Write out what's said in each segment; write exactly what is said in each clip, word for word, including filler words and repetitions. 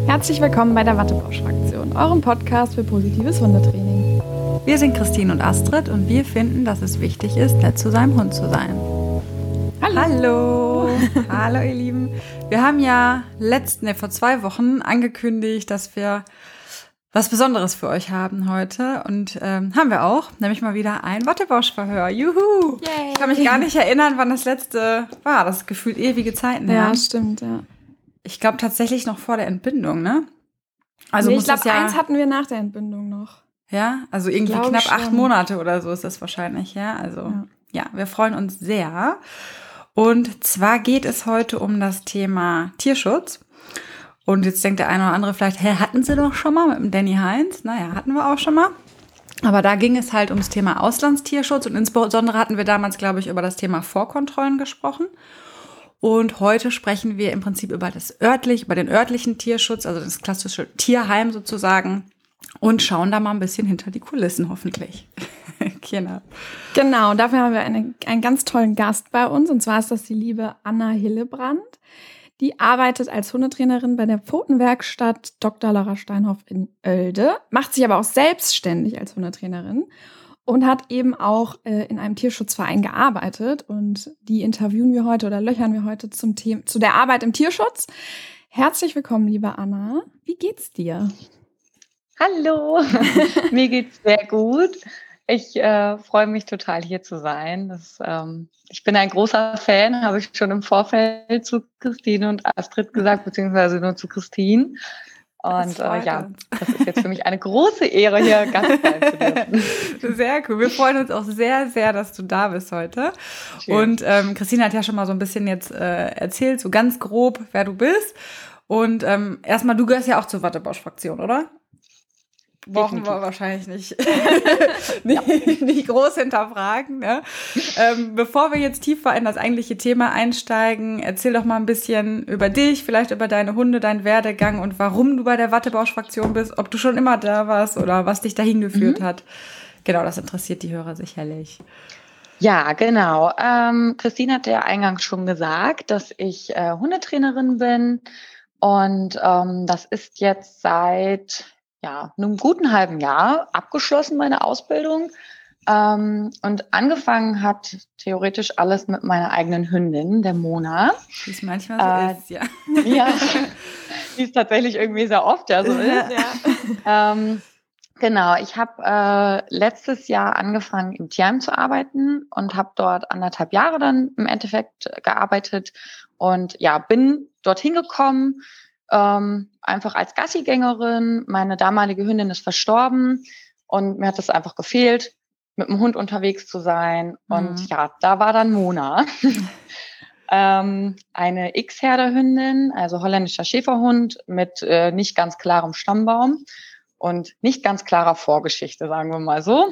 Herzlich willkommen bei der Wattebausch-Fraktion, eurem Podcast für positives Hundetraining. Wir sind Christine und Astrid und wir finden, dass es wichtig ist, nett zu seinem Hund zu sein. Hallo! Hallo, Hallo ihr Lieben. Wir haben ja letzten, ne, vor zwei Wochen angekündigt, dass wir was Besonderes für euch haben heute und ähm, haben wir auch, nämlich mal wieder ein Wattebausch-Verhör. Juhu! Yay. Ich kann mich gar nicht erinnern, wann das letzte war. Das ist gefühlt ewige Zeiten. Ja, ja. Stimmt, ja. Ich glaube tatsächlich noch vor der Entbindung, ne? Also nee, muss ich glaube, ja, eins hatten wir nach der Entbindung noch. Ja, also irgendwie Glaube knapp schon. acht Monate oder so ist das wahrscheinlich, ja. Also ja. ja, wir freuen uns sehr. Und zwar geht es heute um das Thema Tierschutz. Und jetzt denkt der eine oder andere vielleicht, hä, hatten sie doch schon mal mit dem Danny Heinz? Naja, hatten wir auch schon mal. Aber da ging es halt ums Thema Auslandstierschutz und insbesondere hatten wir damals, glaube ich, über das Thema Vorkontrollen gesprochen. Und heute sprechen wir im Prinzip über das örtlich, über den örtlichen Tierschutz, also das klassische Tierheim sozusagen und schauen da mal ein bisschen hinter die Kulissen hoffentlich. Genau. Genau, dafür haben wir eine, einen ganz tollen Gast bei uns und zwar ist das die liebe Anna Hillebrand. Die arbeitet als Hundetrainerin bei der Pfotenwerkstatt Doktor Lara Steinhoff in Oelde, macht sich aber auch selbstständig als Hundetrainerin und hat eben auch äh, in einem Tierschutzverein gearbeitet. Und die interviewen wir heute oder löchern wir heute zum Thema, zu der Arbeit im Tierschutz. Herzlich willkommen, liebe Anna. Wie geht's dir? Hallo, mir geht's sehr gut. Ich äh, freue mich total, hier zu sein. Das, ähm, ich bin ein großer Fan, habe ich schon im Vorfeld zu Christine und Astrid gesagt, beziehungsweise nur zu Christine. Und äh, ja, uns. Das ist jetzt für mich eine große Ehre, hier Gast sein zu dürfen. Sehr cool. Wir freuen uns auch sehr, sehr, dass du da bist heute. Schön. Und ähm, Christine hat ja schon mal so ein bisschen jetzt äh, erzählt, so ganz grob, wer du bist. Und ähm, erstmal, du gehörst ja auch zur Wattebausch-Fraktion, oder? Brauchen wir wahrscheinlich nicht, nicht, ja. nicht groß hinterfragen. Ne? Ähm, bevor wir jetzt tiefer in das eigentliche Thema einsteigen, erzähl doch mal ein bisschen über dich, vielleicht über deine Hunde, deinen Werdegang und warum du bei der Wattebausch-Fraktion bist, ob du schon immer da warst oder was dich dahin geführt mhm. hat. Genau, das interessiert die Hörer sicherlich. Ja, genau. Ähm, Christine hat ja eingangs schon gesagt, dass ich äh, Hundetrainerin bin und ähm, das ist jetzt seit ja, einem guten halben Jahr abgeschlossen, meine Ausbildung. Ähm, und angefangen hat theoretisch alles mit meiner eigenen Hündin, der Mona. Wie es manchmal so äh, ist, ja. Ja, wie es tatsächlich irgendwie sehr oft ja so ist. Ja. Ähm, genau, ich habe äh, letztes Jahr angefangen, im Tierheim zu arbeiten und habe dort anderthalb Jahre dann im Endeffekt gearbeitet und ja, bin dorthin gekommen, Ähm, einfach als Gassigängerin. Meine damalige Hündin ist verstorben und mir hat es einfach gefehlt, mit dem Hund unterwegs zu sein. Mhm. Und ja, da war dann Mona, ähm, eine X-Herder-Hündin, also holländischer Schäferhund mit äh, nicht ganz klarem Stammbaum und nicht ganz klarer Vorgeschichte, sagen wir mal so.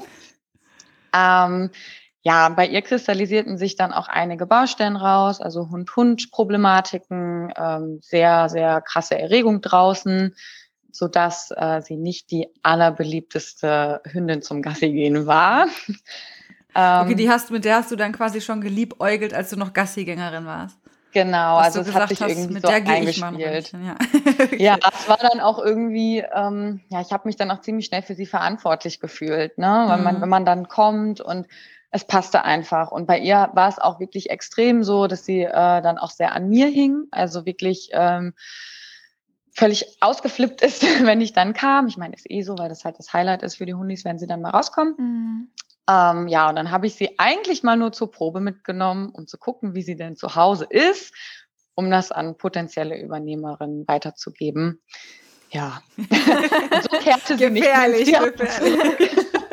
Ähm, Ja, bei ihr kristallisierten sich dann auch einige Baustellen raus, also Hund-Hund-Problematiken, ähm, sehr, sehr krasse Erregung draußen, sodass äh, sie nicht die allerbeliebteste Hündin zum Gassi-Gehen war. Okay, die hast, mit der hast du dann quasi schon geliebäugelt, als du noch Gassigängerin warst. Genau, was also es hat sich hast, irgendwie mit so der gehe eingespielt. Ich mal ja. Okay. Ja, es war dann auch irgendwie, ähm, ja, ich habe mich dann auch ziemlich schnell für sie verantwortlich gefühlt, ne, weil man, wenn man dann kommt und es passte einfach. Und bei ihr war es auch wirklich extrem so, dass sie äh, dann auch sehr an mir hing. Also wirklich ähm, völlig ausgeflippt ist, wenn ich dann kam. Ich meine, ist eh so, weil das halt das Highlight ist für die Hundis, wenn sie dann mal rauskommen. Mhm. Ähm, ja, und dann habe ich sie eigentlich mal nur zur Probe mitgenommen, um zu gucken, wie sie denn zu Hause ist, um das an potenzielle Übernehmerinnen weiterzugeben. Ja, so kehrte sie gefährlich, nicht mehr gefährlich.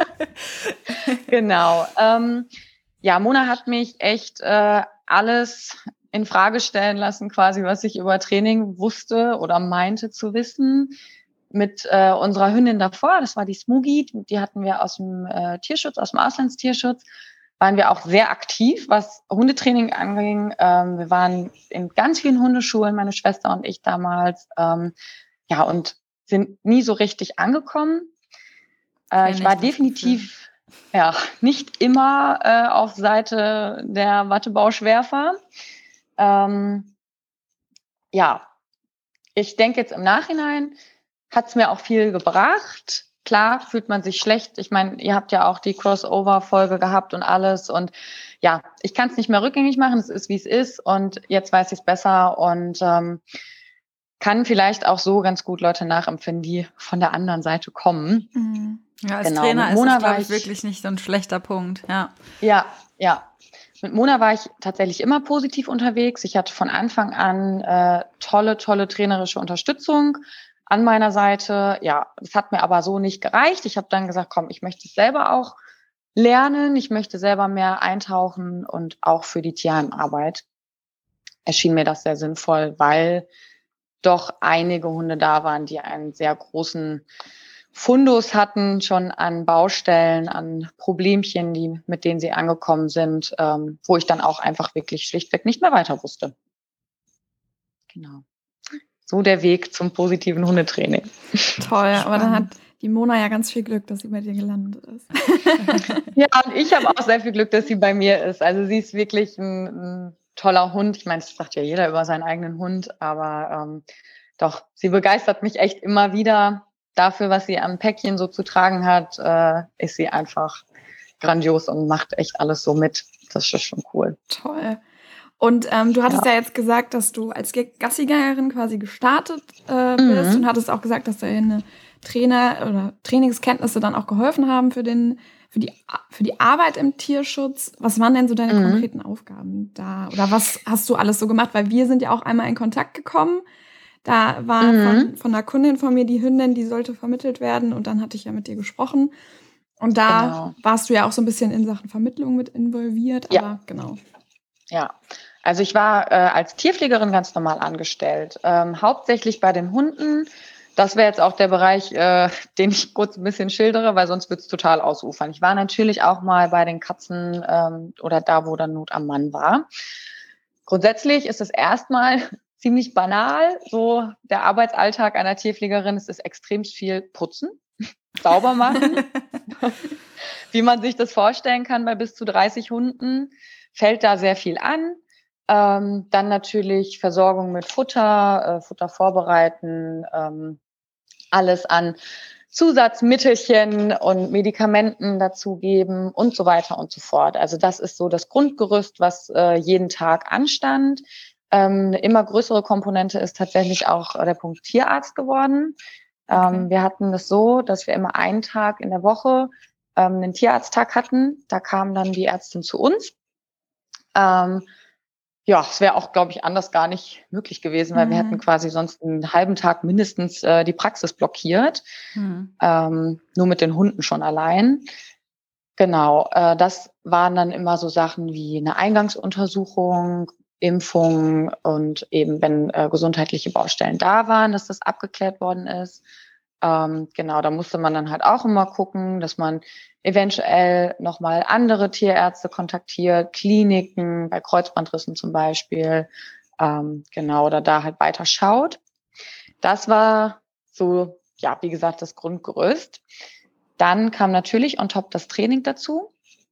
Genau. Ähm, ja, Mona hat mich echt äh, alles in Frage stellen lassen, quasi, was ich über Training wusste oder meinte zu wissen. Mit äh, unserer Hündin davor, das war die Smoogie, die hatten wir aus dem äh, Tierschutz, aus dem Auslandstierschutz, waren wir auch sehr aktiv, was Hundetraining anging. Ähm, wir waren in ganz vielen Hundeschulen, meine Schwester und ich damals, ähm, ja, und sind nie so richtig angekommen. Äh, ich war definitiv ja nicht immer äh, auf Seite der Wattebausch-Werfer. Ähm, ja, ich denke jetzt im Nachhinein hat es mir auch viel gebracht. Klar fühlt man sich schlecht. Ich meine, ihr habt ja auch die Crossover-Folge gehabt und alles. Und ja, ich kann es nicht mehr rückgängig machen. Es ist, wie es ist. Und jetzt weiß ich es besser und ähm, kann vielleicht auch so ganz gut Leute nachempfinden, die von der anderen Seite kommen. Mhm. Ja, als genau. Trainer Mit Mona ist das, glaube ich, ich, wirklich nicht so ein schlechter Punkt. Ja, ja, ja. Mit Mona war ich tatsächlich immer positiv unterwegs. Ich hatte von Anfang an äh, tolle, tolle trainerische Unterstützung an meiner Seite. Ja, das hat mir aber so nicht gereicht. Ich habe dann gesagt, komm, ich möchte es selber auch lernen. Ich möchte selber mehr eintauchen und auch für die Tierheimarbeit erschien mir das sehr sinnvoll, weil doch einige Hunde da waren, die einen sehr großen Fundus hatten, schon an Baustellen, an Problemchen, die, mit denen sie angekommen sind, ähm, wo ich dann auch einfach wirklich schlichtweg nicht mehr weiter wusste. Genau. So der Weg zum positiven Hundetraining. Toll, aber dann hat die Mona ja ganz viel Glück, dass sie bei dir gelandet ist. Ja, und ich habe auch sehr viel Glück, dass sie bei mir ist. Also sie ist wirklich ein, ein toller Hund. Ich meine, das sagt ja jeder über seinen eigenen Hund, aber ähm, doch, sie begeistert mich echt immer wieder. Dafür, was sie am Päckchen so zu tragen hat, äh, ist sie einfach grandios und macht echt alles so mit. Das ist schon cool. Toll. Und ähm, du hattest ja. Ja. jetzt gesagt, dass du als Gassigängerin quasi gestartet äh, bist Mhm. und hattest auch gesagt, dass deine Trainer oder Trainingskenntnisse dann auch geholfen haben für den für die für die Arbeit im Tierschutz. Was waren denn so deine Mhm. konkreten Aufgaben da? Oder was hast du alles so gemacht? Weil wir sind ja auch einmal in Kontakt gekommen. Da war Mhm. von, von einer Kundin von mir die Hündin, die sollte vermittelt werden. Und dann hatte ich ja mit dir gesprochen. Und da Genau. warst du ja auch so ein bisschen in Sachen Vermittlung mit involviert. Aber Ja. genau. Ja, also ich war äh, als Tierpflegerin ganz normal angestellt, ähm, hauptsächlich bei den Hunden. Das wäre jetzt auch der Bereich, äh, den ich kurz ein bisschen schildere, weil sonst wird's total ausufern. Ich war natürlich auch mal bei den Katzen ähm, oder da, wo dann Not am Mann war. Grundsätzlich ist es erstmal ziemlich banal, so der Arbeitsalltag einer Tierpflegerin. Es ist extrem viel putzen, sauber machen, wie man sich das vorstellen kann bei bis zu dreißig Hunden. Fällt da sehr viel an. Ähm, dann natürlich Versorgung mit Futter, äh, Futter vorbereiten, ähm, alles an Zusatzmittelchen und Medikamenten dazugeben und so weiter und so fort. Also das ist so das Grundgerüst, was äh, jeden Tag anstand. Ähm, eine immer größere Komponente ist tatsächlich auch der Punkt Tierarzt geworden. Okay. Ähm, wir hatten das so, dass wir immer einen Tag in der Woche ähm, einen Tierarzttag hatten. Da kam dann die Ärztin zu uns. Ähm, ja, es wäre auch, glaube ich, anders gar nicht möglich gewesen, weil Mhm. wir hätten quasi sonst einen halben Tag mindestens äh, die Praxis blockiert. Mhm. Ähm, nur mit den Hunden schon allein. Genau, äh, das waren dann immer so Sachen wie eine Eingangsuntersuchung, Impfung und eben, wenn äh, gesundheitliche Baustellen da waren, dass das abgeklärt worden ist. Ähm, genau, da musste man dann halt auch immer gucken, dass man eventuell nochmal andere Tierärzte kontaktiert, Kliniken, bei Kreuzbandrissen zum Beispiel, ähm, genau, oder da halt weiter schaut. Das war so, ja, wie gesagt, das Grundgerüst. Dann kam natürlich on top das Training dazu.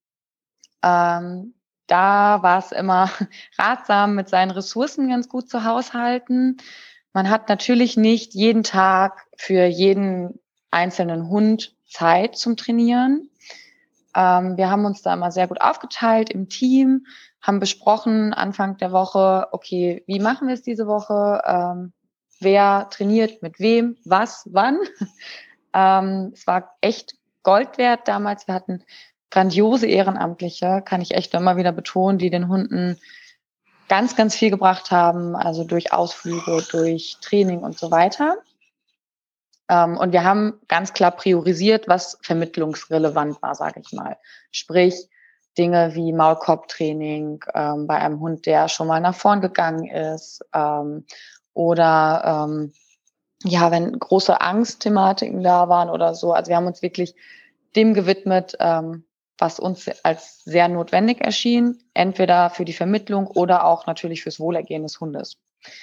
Ähm, da war es immer ratsam, mit seinen Ressourcen ganz gut zu haushalten. Man hat natürlich nicht jeden Tag für jeden einzelnen Hund Zeit zum Trainieren. Ähm, wir haben uns da immer sehr gut aufgeteilt im Team, haben besprochen Anfang der Woche, okay, wie machen wir es diese Woche? Ähm, wer trainiert mit wem, was, wann? Ähm, es war echt Gold wert damals. Wir hatten grandiose Ehrenamtliche, kann ich echt immer wieder betonen, die den Hunden ganz, ganz viel gebracht haben, also durch Ausflüge, durch Training und so weiter. Ähm, und wir haben ganz klar priorisiert, was vermittlungsrelevant war, sage ich mal. Sprich, Dinge wie Maulkorbtraining ähm, bei einem Hund, der schon mal nach vorn gegangen ist, ähm, oder ähm, ja, wenn große Angstthematiken da waren oder so. Also wir haben uns wirklich dem gewidmet, ähm, was uns als sehr notwendig erschien, entweder für die Vermittlung oder auch natürlich fürs Wohlergehen des Hundes.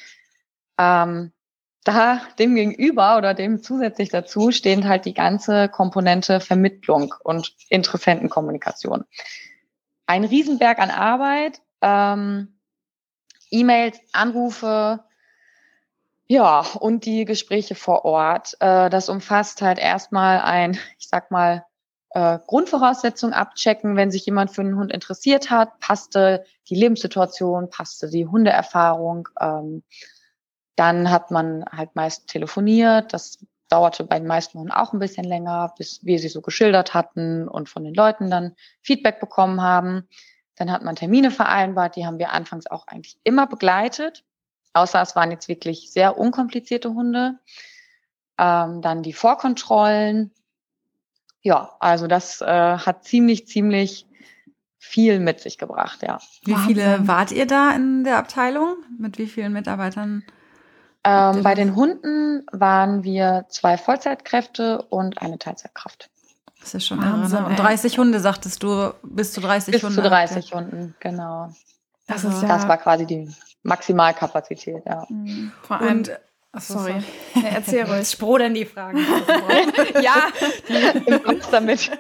Ähm, da dem gegenüber oder dem zusätzlich dazu stehen halt die ganze Komponente Vermittlung und Interessentenkommunikation. Ein Riesenberg an Arbeit, ähm, E-Mails, Anrufe, Ja, und die Gespräche vor Ort. Äh, das umfasst halt erstmal ein, ich sag mal, äh, Grundvoraussetzung abchecken, wenn sich jemand für einen Hund interessiert hat, passte die Lebenssituation, passte die Hundeerfahrung. Ähm, dann hat man halt meist telefoniert. Das dauerte bei den meisten Hunden auch ein bisschen länger, bis wir sie so geschildert hatten und von den Leuten dann Feedback bekommen haben. Dann hat man Termine vereinbart, die haben wir anfangs auch eigentlich immer begleitet. Außer es waren jetzt wirklich sehr unkomplizierte Hunde. Ähm, dann die Vorkontrollen. Ja, also das äh, hat ziemlich, ziemlich viel mit sich gebracht, ja. Wie viele wart ihr da in der Abteilung? Mit wie vielen Mitarbeitern? Ähm, bei den Hunden waren wir zwei Vollzeitkräfte und eine Teilzeitkraft. Das ist schon irre, ne? Und dreißig Hunde, sagtest du, bis zu dreißig bis Hunde? Bis zu dreißig Hunden, genau. Das, also, ist ja das war quasi die Maximalkapazität, ja. Mhm. Vor allem, und, achso, sorry, sorry. Ja, erzähl ruhig. Sprudeln die Fragen. Ja, im damit.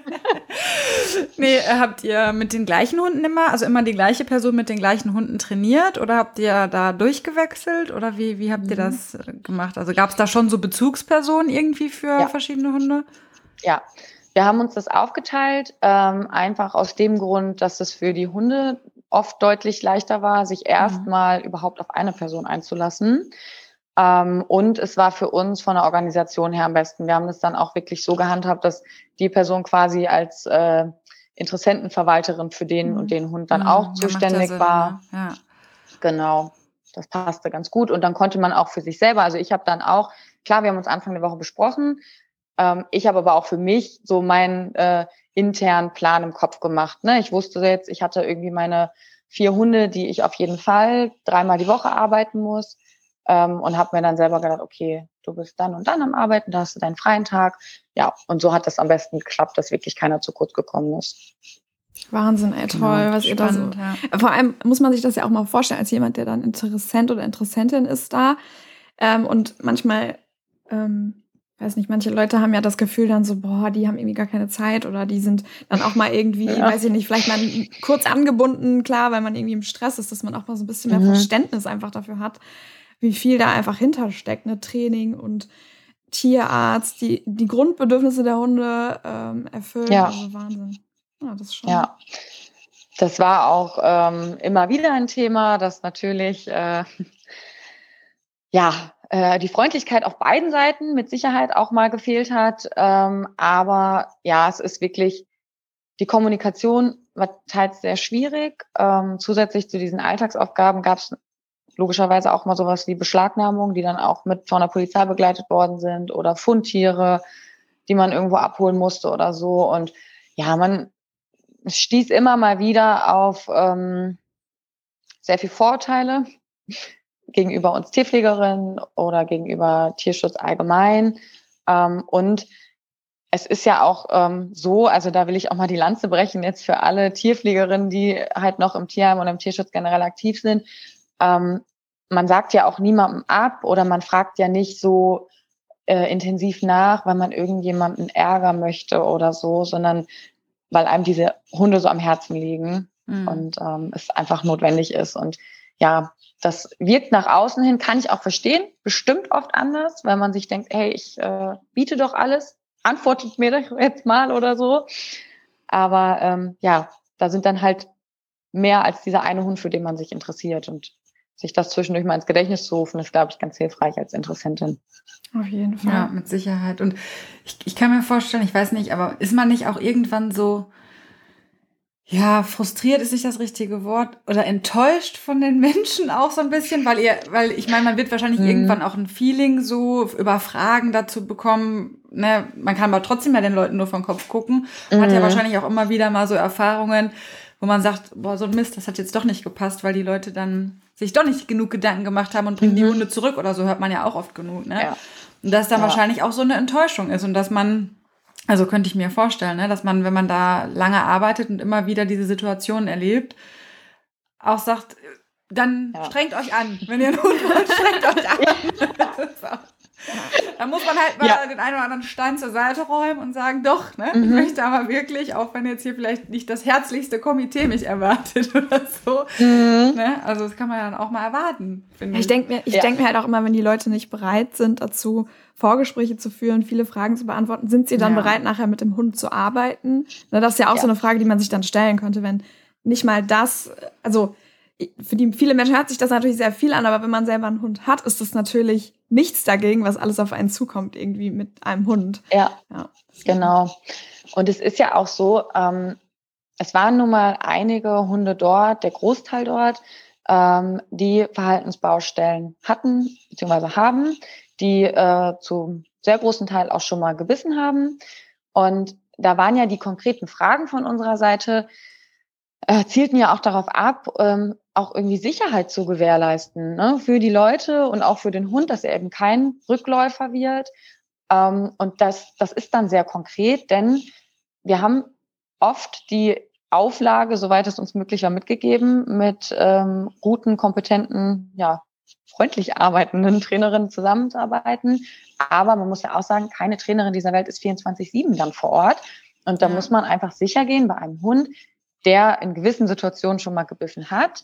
Nee, habt ihr mit den gleichen Hunden immer, also immer die gleiche Person mit den gleichen Hunden trainiert oder habt ihr da durchgewechselt oder wie, wie habt ihr mhm. das gemacht? Also gab es da schon so Bezugspersonen irgendwie für ja. verschiedene Hunde? Ja, wir haben uns das aufgeteilt, ähm, einfach aus dem Grund, dass es für die Hunde oft deutlich leichter war, sich erstmal mhm. überhaupt auf eine Person einzulassen. Ähm, und es war für uns von der Organisation her am besten. Wir haben das dann auch wirklich so gehandhabt, dass die Person quasi als äh, Interessentenverwalterin für den mhm. und den Hund dann mhm. auch zuständig ja Sinn, war. Ne? Ja. Genau, das passte ganz gut. Und dann konnte man auch für sich selber, also ich habe dann auch, klar, wir haben uns Anfang der Woche besprochen, ähm, ich habe aber auch für mich so meinen äh, internen Plan im Kopf gemacht. Ne? Ich wusste jetzt, ich hatte irgendwie meine vier Hunde, die ich auf jeden Fall dreimal die Woche arbeiten muss. Ähm, und habe mir dann selber gedacht, okay, du bist dann und dann am Arbeiten, da hast du deinen freien Tag. Ja, und so hat das am besten geklappt, dass wirklich keiner zu kurz gekommen ist. Wahnsinn, ey, toll, genau, was spannend, ihr da so... Ja. Vor allem muss man sich das ja auch mal vorstellen, als jemand, der dann Interessent oder Interessentin ist da. Ähm, und manchmal, ähm, weiß nicht, manche Leute haben ja das Gefühl dann so, boah, die haben irgendwie gar keine Zeit oder die sind dann auch mal irgendwie, ja. weiß ich nicht, vielleicht mal kurz angebunden, klar, weil man irgendwie im Stress ist, dass man auch mal so ein bisschen mehr mhm. Verständnis einfach dafür hat, wie viel da einfach hintersteckt, ne? Training und Tierarzt, die die Grundbedürfnisse der Hunde ähm, erfüllen. Ja. Also Wahnsinn. Ja, das ist schon. Ja, das war auch ähm, immer wieder ein Thema, dass natürlich äh, ja äh, die Freundlichkeit auf beiden Seiten mit Sicherheit auch mal gefehlt hat. Ähm, aber ja, es ist wirklich, die Kommunikation war teils sehr schwierig. Ähm, zusätzlich zu diesen Alltagsaufgaben gab es logischerweise auch mal sowas wie Beschlagnahmung, die dann auch mit von der Polizei begleitet worden sind oder Fundtiere, die man irgendwo abholen musste oder so. Und ja, man stieß immer mal wieder auf ähm, sehr viel Vorurteile gegenüber uns Tierpflegerinnen oder gegenüber Tierschutz allgemein. Ähm, und es ist ja auch ähm, so, also da will ich auch mal die Lanze brechen jetzt für alle Tierpflegerinnen, die halt noch im Tierheim und im Tierschutz generell aktiv sind. Ähm, man sagt ja auch niemandem ab oder man fragt ja nicht so äh, intensiv nach, weil man irgendjemanden ärgern möchte oder so, sondern weil einem diese Hunde so am Herzen liegen mhm. und ähm, es einfach notwendig ist. Und ja, das wirkt nach außen hin, kann ich auch verstehen, bestimmt oft anders, weil man sich denkt, hey, ich äh, biete doch alles, antwortet mir doch jetzt mal oder so. Aber ähm, ja, da sind dann halt mehr als dieser eine Hund, für den man sich interessiert. Und sich das zwischendurch mal ins Gedächtnis zu rufen, ist, glaube ich, ganz hilfreich als Interessentin. Auf jeden Fall. Ja, mit Sicherheit. Und ich, ich kann mir vorstellen, ich weiß nicht, aber ist man nicht auch irgendwann so, ja, frustriert ist nicht das richtige Wort, oder enttäuscht von den Menschen auch so ein bisschen, weil ihr, weil ich meine, man wird wahrscheinlich mhm. irgendwann auch ein Feeling so über Fragen dazu bekommen, ne, man kann aber trotzdem ja den Leuten nur vom Kopf gucken, man mhm. hat ja wahrscheinlich auch immer wieder mal so Erfahrungen, wo man sagt, boah, so ein Mist, das hat jetzt doch nicht gepasst, weil die Leute dann sich doch nicht genug Gedanken gemacht haben und bringen mhm. die Hunde zurück oder so, hört man ja auch oft genug, ne? Ja. Und dass dann ja. wahrscheinlich auch so eine Enttäuschung ist und dass man, also könnte ich mir vorstellen, ne, dass man, wenn man da lange arbeitet und immer wieder diese Situationen erlebt, auch sagt, dann ja. strengt euch an. Wenn ihr einen Hund wollt, strengt euch an. Da muss man halt mal ja. den einen oder anderen Stein zur Seite räumen und sagen, doch, ne, mhm. ich möchte aber wirklich, auch wenn jetzt hier vielleicht nicht das herzlichste Komitee mich erwartet oder so, mhm. ne, also das kann man ja dann auch mal erwarten, finde ich. Ich denke mir, ich ja. denk mir halt auch immer, wenn die Leute nicht bereit sind dazu, Vorgespräche zu führen, viele Fragen zu beantworten, sind sie dann ja. bereit, nachher mit dem Hund zu arbeiten? Na, das ist ja auch ja. so eine Frage, die man sich dann stellen könnte, wenn nicht mal das, also für die viele Menschen hört sich das natürlich sehr viel an, aber wenn man selber einen Hund hat, ist das natürlich nichts dagegen, was alles auf einen zukommt, irgendwie mit einem Hund. Ja, ja genau. Und es ist ja auch so, ähm, es waren nun mal einige Hunde dort, der Großteil dort, ähm, die Verhaltensbaustellen hatten bzw. haben, die äh, zu sehr großen Teil auch schon mal gebissen haben. Und da waren ja die konkreten Fragen von unserer Seite, äh, zielten ja auch darauf ab, ähm, auch irgendwie Sicherheit zu gewährleisten, ne, für die Leute und auch für den Hund, dass er eben kein Rückläufer wird. Ähm, und das, das ist dann sehr konkret, denn wir haben oft die Auflage, soweit es uns möglich war, mitgegeben, mit ähm, guten, kompetenten, ja, freundlich arbeitenden Trainerinnen zusammenzuarbeiten. Aber man muss ja auch sagen, keine Trainerin dieser Welt ist vierundzwanzig sieben dann vor Ort. Und da ja. muss man einfach sicher gehen bei einem Hund, der in gewissen Situationen schon mal gebissen hat,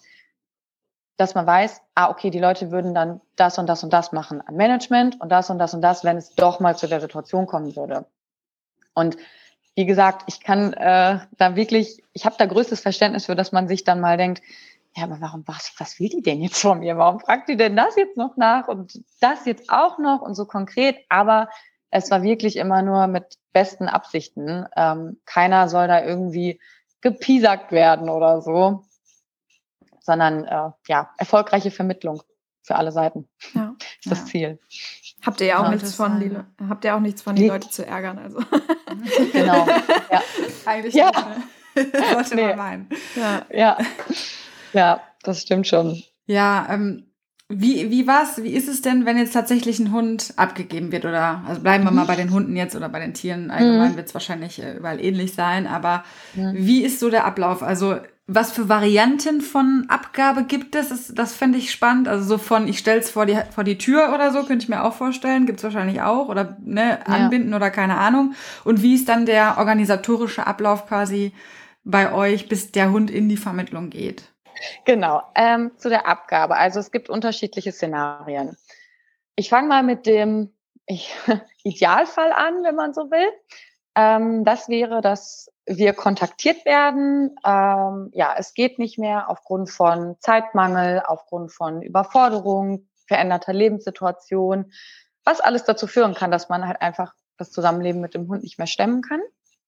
dass man weiß, ah, okay, die Leute würden dann das und das und das machen an Management und das und das und das, wenn es doch mal zu der Situation kommen würde. Und wie gesagt, ich kann äh, da wirklich, ich habe da größtes Verständnis für, dass man sich dann mal denkt, ja, aber warum, was, was will die denn jetzt von mir? Warum fragt die denn das jetzt noch nach und das jetzt auch noch und so konkret? Aber es war wirklich immer nur mit besten Absichten. Ähm, keiner soll da irgendwie gepiesackt werden oder so, sondern äh, ja, erfolgreiche Vermittlung für alle Seiten. Ja. Ist das ja. Ziel. Habt ihr ja auch ja, nichts von, die, habt ihr auch nichts von, die nee. Leute zu ärgern, also. Genau. Ja. Eigentlich ja. nicht, ne? Sollte nee. man meinen. Ja. ja. Ja, das stimmt schon. Ja, ähm, wie, wie war's, wie ist es denn, wenn jetzt tatsächlich ein Hund abgegeben wird? Oder, also bleiben wir mhm. mal bei den Hunden jetzt oder bei den Tieren. Allgemein mhm. wird es wahrscheinlich äh, überall ähnlich sein. Aber mhm. wie ist so der Ablauf? Also, was für Varianten von Abgabe gibt es? Das, das fände ich spannend. Also so von, ich stell's vor die, vor die Tür oder so, könnte ich mir auch vorstellen. Gibt's wahrscheinlich auch. Oder ne, anbinden ja. oder keine Ahnung. Und wie ist dann der organisatorische Ablauf quasi bei euch, bis der Hund in die Vermittlung geht? Genau, ähm, zu der Abgabe. Also es gibt unterschiedliche Szenarien. Ich fange mal mit dem ich, Idealfall an, wenn man so will. Ähm, das wäre, dass wir kontaktiert werden. Ähm, ja, es geht nicht mehr aufgrund von Zeitmangel, aufgrund von Überforderung, veränderter Lebenssituation, was alles dazu führen kann, dass man halt einfach das Zusammenleben mit dem Hund nicht mehr stemmen kann.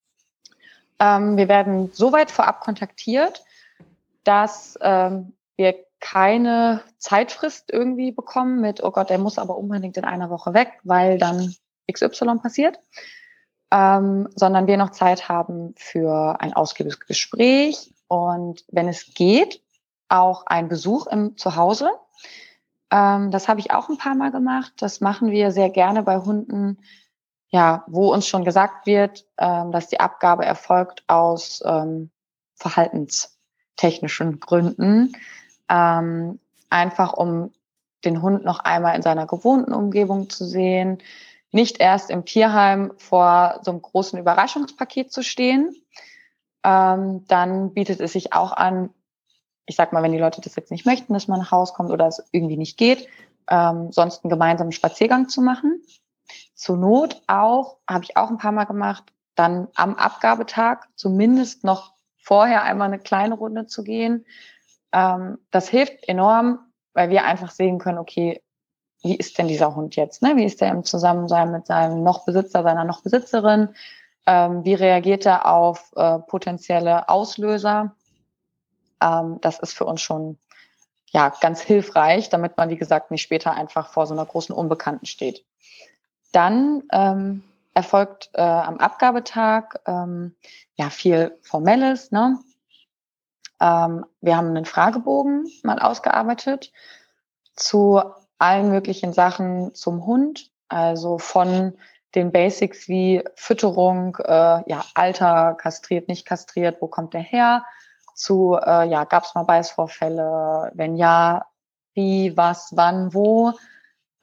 Ähm, wir werden soweit vorab kontaktiert, dass ähm, wir keine Zeitfrist irgendwie bekommen mit, oh Gott, der muss aber unbedingt in einer Woche weg, weil dann X Y passiert, ähm, sondern wir noch Zeit haben für ein ausgiebiges Gespräch und wenn es geht, auch ein Besuch im Zuhause. Ähm, das habe ich auch ein paar Mal gemacht. Das machen wir sehr gerne bei Hunden, ja, wo uns schon gesagt wird, ähm, dass die Abgabe erfolgt aus ähm, verhaltenstechnischen Gründen, ähm, einfach um den Hund noch einmal in seiner gewohnten Umgebung zu sehen, nicht erst im Tierheim vor so einem großen Überraschungspaket zu stehen. Ähm, dann bietet es sich auch an, ich sag mal, wenn die Leute das jetzt nicht möchten, dass man nach Hause kommt oder es irgendwie nicht geht, ähm, sonst einen gemeinsamen Spaziergang zu machen. Zur Not auch, habe ich auch ein paar Mal gemacht, dann am Abgabetag zumindest noch vorher einmal eine kleine Runde zu gehen. Ähm, das hilft enorm, weil wir einfach sehen können, okay, wie ist denn dieser Hund jetzt? Ne? Wie ist der im Zusammensein mit seinem Noch-Besitzer, seiner Noch-Besitzerin? Ähm, wie reagiert er auf äh, potenzielle Auslöser? Ähm, das ist für uns schon ja ganz hilfreich, damit man, wie gesagt, nicht später einfach vor so einer großen Unbekannten steht. Dann ähm, erfolgt äh, am Abgabetag ähm, ja viel Formelles. Ne? Ähm, wir haben einen Fragebogen mal ausgearbeitet zu allen möglichen Sachen zum Hund, also von den Basics wie Fütterung, äh, ja Alter, kastriert, nicht kastriert, wo kommt der her, zu äh, ja gab es mal Beißvorfälle, wenn ja, wie, was, wann, wo.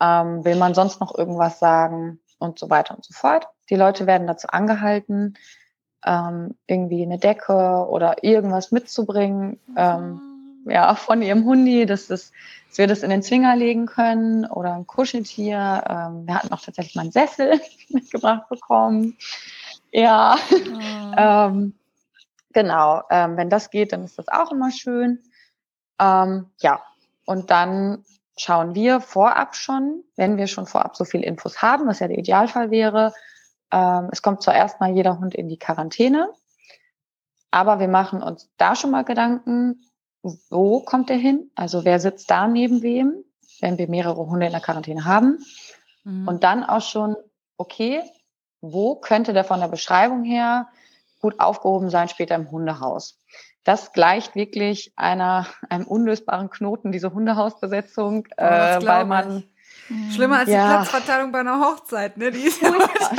Ähm, will man sonst noch irgendwas sagen und so weiter und so fort. Die Leute werden dazu angehalten, ähm, irgendwie eine Decke oder irgendwas mitzubringen, ähm, ja, von ihrem Hundi, dass, das, dass wir das in den Zwinger legen können oder ein Kuscheltier. Ähm, wir hatten auch tatsächlich mal einen Sessel mitgebracht bekommen. Ja, oh. ähm, genau. Ähm, wenn das geht, dann ist das auch immer schön. Ähm, ja, und dann schauen wir vorab schon, wenn wir schon vorab so viel Infos haben, was ja der Idealfall wäre, ähm, es kommt zuerst mal jeder Hund in die Quarantäne, aber wir machen uns da schon mal Gedanken, wo kommt er hin? Also wer sitzt da neben wem, wenn wir mehrere Hunde in der Quarantäne haben? Mhm. Und dann auch schon, okay, wo könnte der von der Beschreibung her gut aufgehoben sein später im Hundehaus? Das gleicht wirklich einer, einem unlösbaren Knoten, diese Hundehausbesetzung, oh, äh, weil man... Ich. Schlimmer als ja. die Platzverteilung bei einer Hochzeit, ne? Die ist ja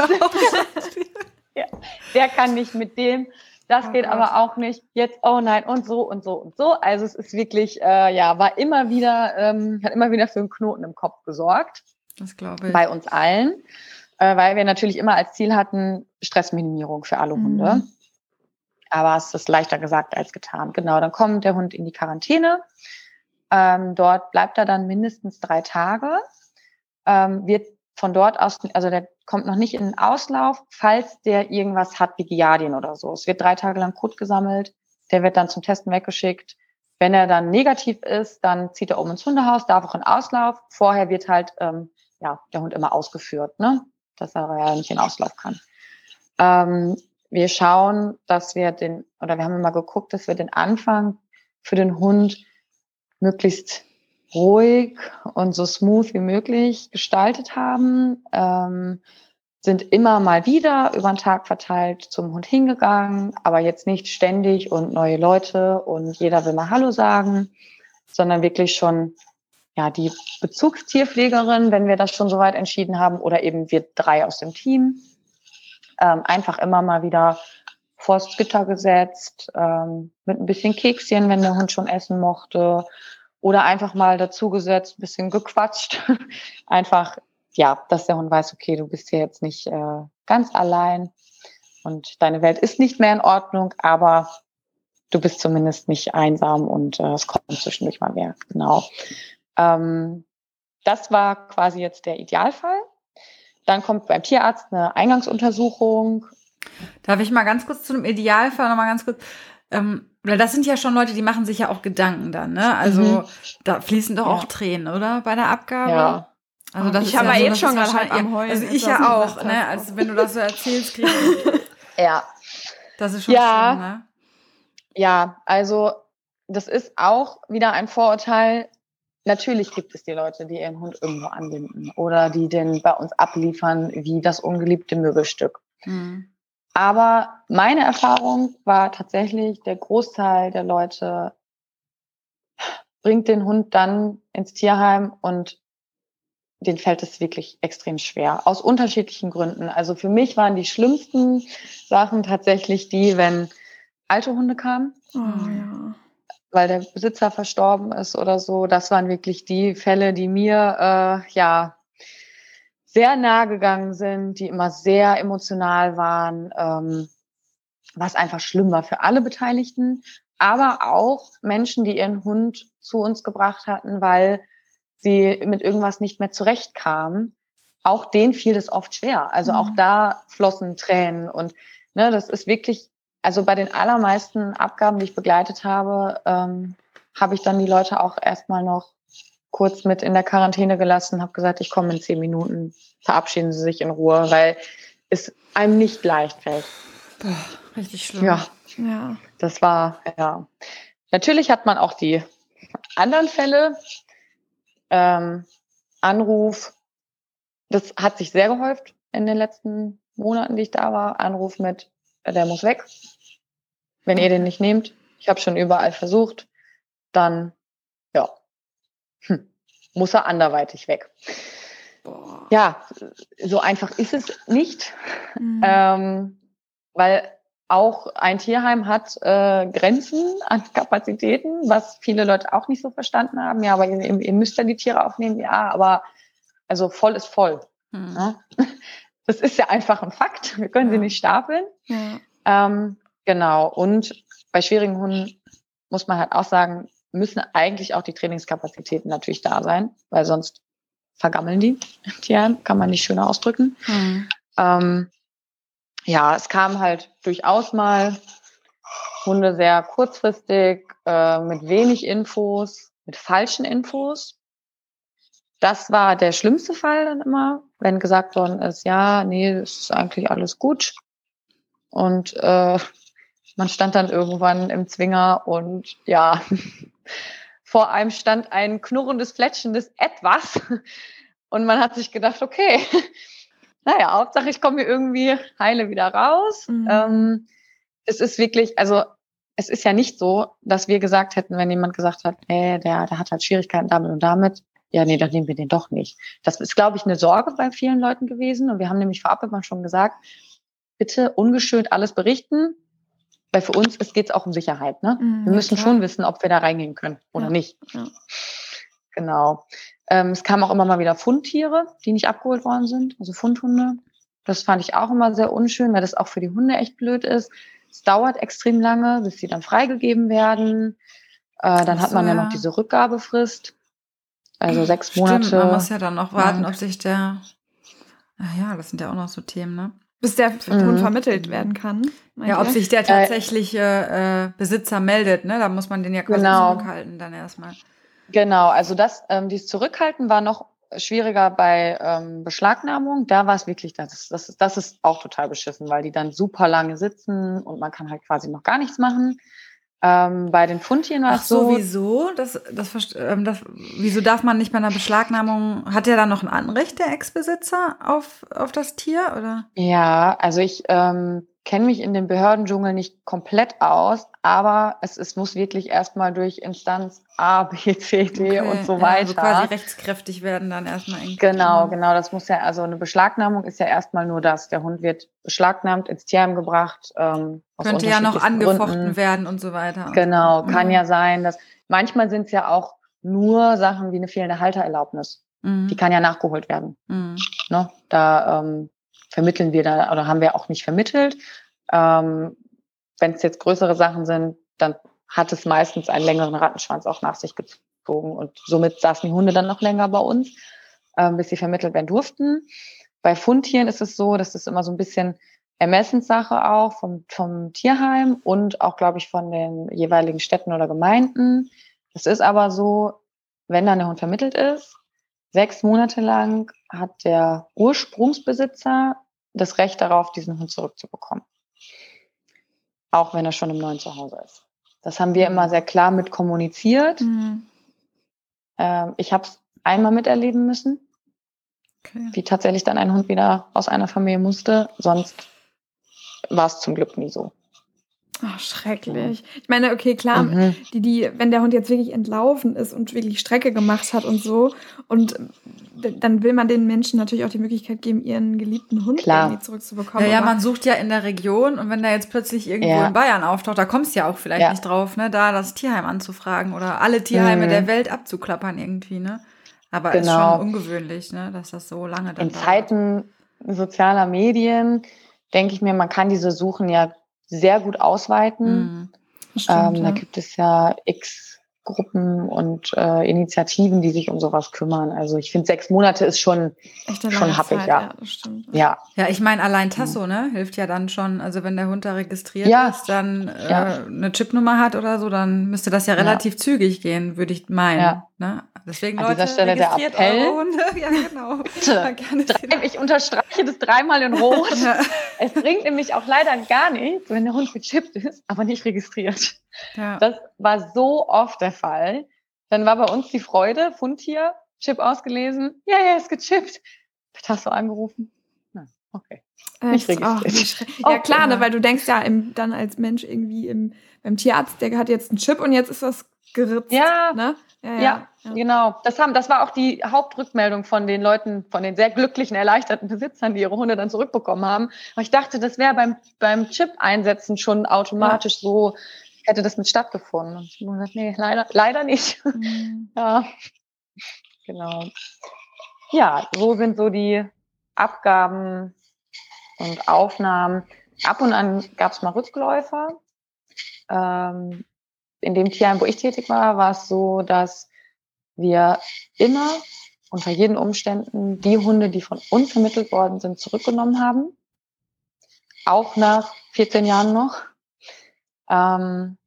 ja. Der kann nicht mit dem, das oh geht Gott. Aber auch nicht. Jetzt, oh nein, und so und so und so. Also es ist wirklich, äh, ja, war immer wieder, ähm, hat immer wieder für einen Knoten im Kopf gesorgt. Das glaube ich. Bei uns allen, äh, weil wir natürlich immer als Ziel hatten, Stressminimierung für alle Hunde. Mhm. Aber es ist leichter gesagt als getan. Genau, dann kommt der Hund in die Quarantäne. Ähm, dort bleibt er dann mindestens drei Tage. Ähm, wird von dort aus, also der kommt noch nicht in den Auslauf, falls der irgendwas hat wie Giardien oder so. Es wird drei Tage lang Kot gesammelt. Der wird dann zum Testen weggeschickt. Wenn er dann negativ ist, dann zieht er oben ins Hundehaus, darf auch in Auslauf. Vorher wird halt ähm, ja der Hund immer ausgeführt, ne, dass er ja nicht in Auslauf kann. Ähm, Wir schauen, dass wir den, oder wir haben immer geguckt, dass wir den Anfang für den Hund möglichst ruhig und so smooth wie möglich gestaltet haben, ähm, sind immer mal wieder über den Tag verteilt zum Hund hingegangen, aber jetzt nicht ständig und neue Leute und jeder will mal Hallo sagen, sondern wirklich schon ja die Bezugstierpflegerin, wenn wir das schon soweit entschieden haben, oder eben wir drei aus dem Team. Ähm, einfach immer mal wieder vors Gitter gesetzt, ähm, mit ein bisschen Kekschen, wenn der Hund schon essen mochte, oder einfach mal dazugesetzt, ein bisschen gequatscht. Einfach, ja, dass der Hund weiß, okay, du bist hier jetzt nicht äh, ganz allein und deine Welt ist nicht mehr in Ordnung, aber du bist zumindest nicht einsam und äh, es kommt zwischendurch mal mehr. Genau. Ähm, das war quasi jetzt der Idealfall. Dann kommt beim Tierarzt eine Eingangsuntersuchung. Darf ich mal ganz kurz zu dem Idealfall noch mal ganz kurz, ähm, weil das sind ja schon Leute, die machen sich ja auch Gedanken dann, ne? Also mhm. da fließen doch ja. auch Tränen, oder? Bei der Abgabe. Ja. Also das ich ist habe ja ja so, jetzt schon gerade halb am Heulen. Also ich ja auch, ne? Also wenn du das so erzählst, kriegst ja. Das ist schon ja. schön, ne? Ja, also das ist auch wieder ein Vorurteil. Natürlich gibt es die Leute, die ihren Hund irgendwo anbinden oder die den bei uns abliefern wie das ungeliebte Möbelstück. Mhm. Aber meine Erfahrung war tatsächlich, der Großteil der Leute bringt den Hund dann ins Tierheim und denen fällt es wirklich extrem schwer. Aus unterschiedlichen Gründen. Also für mich waren die schlimmsten Sachen tatsächlich die, wenn alte Hunde kamen. Oh, ja. Weil der Besitzer verstorben ist oder so. Das waren wirklich die Fälle, die mir äh, ja sehr nahe gegangen sind, die immer sehr emotional waren, ähm, was einfach schlimm war für alle Beteiligten, aber auch Menschen, die ihren Hund zu uns gebracht hatten, weil sie mit irgendwas nicht mehr zurechtkamen. Auch denen fiel das oft schwer. Also mhm. auch da flossen Tränen und ne, das ist wirklich. Also bei den allermeisten Abgaben, die ich begleitet habe, ähm, habe ich dann die Leute auch erstmal noch kurz mit in der Quarantäne gelassen, habe gesagt, ich komme in zehn Minuten, verabschieden Sie sich in Ruhe, weil es einem nicht leicht fällt. Boah, richtig schlimm. Ja, ja. Das war, ja. Natürlich hat man auch die anderen Fälle. Ähm, Anruf, das hat sich sehr gehäuft in den letzten Monaten, die ich da war. Anruf mit, der muss weg. Wenn ihr den nicht nehmt, ich habe schon überall versucht, dann ja, hm, muss er anderweitig weg. Boah. Ja, so einfach ist es nicht, mhm. ähm, weil auch ein Tierheim hat äh, Grenzen an Kapazitäten, was viele Leute auch nicht so verstanden haben. Ja, aber ihr, ihr müsst ja die Tiere aufnehmen, ja, aber also voll ist voll. Hm. Ne? Das ist ja einfach ein Fakt. Wir können ja. sie nicht stapeln. Ja. Ähm, genau. Und bei schwierigen Hunden muss man halt auch sagen, müssen eigentlich auch die Trainingskapazitäten natürlich da sein, weil sonst vergammeln die im Tierheim, kann man nicht schöner ausdrücken. Hm. Ähm, ja, es kam halt durchaus mal Hunde sehr kurzfristig, äh, mit wenig Infos, mit falschen Infos. Das war der schlimmste Fall dann immer, wenn gesagt worden ist, ja, nee, das ist eigentlich alles gut. Und äh, man stand dann irgendwann im Zwinger und ja, vor einem stand ein knurrendes, fletschendes Etwas. Und man hat sich gedacht, okay, naja, Hauptsache ich komme hier irgendwie heile wieder raus. Mhm. Ähm, es ist wirklich, also es ist ja nicht so, dass wir gesagt hätten, wenn jemand gesagt hat, hey, der, der hat halt Schwierigkeiten damit und damit, ja, nee, dann nehmen wir den doch nicht. Das ist, glaube ich, eine Sorge bei vielen Leuten gewesen. Und wir haben nämlich vorab immer schon gesagt, bitte ungeschönt alles berichten, weil für uns geht es auch um Sicherheit. Ne? Mhm, wir müssen ja, schon wissen, ob wir da reingehen können oder ja, nicht. Ja. Genau. Ähm, es kamen auch immer mal wieder Fundtiere, die nicht abgeholt worden sind, also Fundhunde. Das fand ich auch immer sehr unschön, weil das auch für die Hunde echt blöd ist. Es dauert extrem lange, bis sie dann freigegeben werden. Äh, dann hat man ja noch diese Rückgabefrist. Also sechs Stimmt, Monate. Man muss ja dann noch warten, lang. ob sich der, ach ja, das sind ja auch noch so Themen, ne? Bis der mhm. Hund vermittelt werden kann. Ja, ob sich der tatsächliche äh, Besitzer meldet, ne? Da muss man den ja quasi genau. zurückhalten dann erstmal. Genau, also das, ähm, dieses Zurückhalten war noch schwieriger bei ähm, Beschlagnahmung. Da war es wirklich, das ist, das ist, das ist auch total beschissen, weil die dann super lange sitzen und man kann halt quasi noch gar nichts machen. Ähm, bei den Fundtieren war es so. Ach sowieso? Das, das, ähm, das, wieso darf man nicht bei einer Beschlagnahmung, hat der dann noch ein Anrecht, der Ex-Besitzer, auf, auf das Tier, oder? Ja, also ich ähm, kenne mich in dem Behördendschungel nicht komplett aus, aber es, es muss wirklich erstmal durch Instanz A, B, C, D okay, und so weiter. Also quasi rechtskräftig werden dann erstmal. Genau, genau, das muss ja, also eine Beschlagnahmung ist ja erstmal nur das. Der Hund wird beschlagnahmt, ins Tierheim gebracht. Ähm, Könnte ja noch angefochten Gründen. werden und so weiter. Genau, und so. Kann mhm. ja sein, dass manchmal sind es ja auch nur Sachen wie eine fehlende Haltererlaubnis. Mhm. Die kann ja nachgeholt werden. Mhm. Ne? Da ähm, vermitteln wir da, oder haben wir auch nicht vermittelt. Ähm, wenn es jetzt größere Sachen sind, dann hat es meistens einen längeren Rattenschwanz auch nach sich gezogen und somit saßen die Hunde dann noch länger bei uns, ähm, bis sie vermittelt werden durften. Bei Fundtieren ist es so, dass es immer so ein bisschen Ermessenssache auch vom, vom Tierheim und auch, glaube ich, von den jeweiligen Städten oder Gemeinden. Es ist aber so, wenn dann der Hund vermittelt ist, sechs Monate lang hat der Ursprungsbesitzer das Recht darauf, diesen Hund zurückzubekommen. Auch wenn er schon im neuen Zuhause ist. Das haben wir immer sehr klar mit kommuniziert. Mhm. Ähm, ich habe es einmal miterleben müssen, okay. wie tatsächlich dann ein Hund wieder aus einer Familie musste. Sonst war es zum Glück nie so. Ach, schrecklich. Ja. Ich meine, okay, klar, mhm. die, die, wenn der Hund jetzt wirklich entlaufen ist und wirklich Strecke gemacht hat und so, und dann will man den Menschen natürlich auch die Möglichkeit geben, ihren geliebten Hund klar. irgendwie zurückzubekommen. Ja, ja, man sucht ja in der Region und wenn der jetzt plötzlich irgendwo ja. in Bayern auftaucht, da kommst du ja auch vielleicht ja. nicht drauf, ne, da das Tierheim anzufragen oder alle Tierheime mhm. der Welt abzuklappern irgendwie, ne. Aber es genau. ist schon ungewöhnlich, ne, dass das so lange dann In dauert. Zeiten sozialer Medien denke ich mir, man kann diese Suchen ja sehr gut ausweiten. Stimmt, ähm, ja. Da gibt es ja x Gruppen und äh, Initiativen, die sich um sowas kümmern. Also ich finde, sechs Monate ist schon, schon happig, Zeit, ja. Ja, das stimmt. Ja, ja ich meine, allein Tasso, ne, hilft ja dann schon. Also wenn der Hund da registriert ja. ist, dann äh, ja. eine Chipnummer hat oder so, dann müsste das ja relativ ja. zügig gehen, würde ich meinen. Ja. Ne? Deswegen, An Leute, dieser Stelle registriert der Appell. eure Hunde. Ja, genau. Bitte. Ich unterstreiche das dreimal in Rot. Ja. Es bringt nämlich auch leider gar nichts, wenn der Hund gechippt ist, aber nicht registriert. Ja. Das war so oft der Fall. Dann war bei uns die Freude, Fundtier, Chip ausgelesen. Ja, ja, ist gechippt. Hast du angerufen? Nein, okay. Nicht registriert. Oh, ja, klar, ne, weil du denkst ja im, dann als Mensch irgendwie im, beim Tierarzt, der hat jetzt einen Chip und jetzt ist das geritzt. Ja, ne? Ja, ja, ja, ja, genau. Das, haben, das war auch die Hauptrückmeldung von den Leuten, von den sehr glücklichen, erleichterten Besitzern, die ihre Hunde dann zurückbekommen haben. Aber ich dachte, das wäre beim, beim Chip-Einsetzen schon automatisch ja. so, hätte das mit stattgefunden. Und ich habe gesagt, nee, leider, leider nicht. Mhm. Ja, genau. ja, so sind so die Abgaben und Aufnahmen. Ab und an gab es mal Rückläufer. Ähm, in dem Tierheim, wo ich tätig war, war es so, dass wir immer unter jeden Umständen die Hunde, die von uns vermittelt worden sind, zurückgenommen haben. Auch nach vierzehn Jahren noch. Ähm,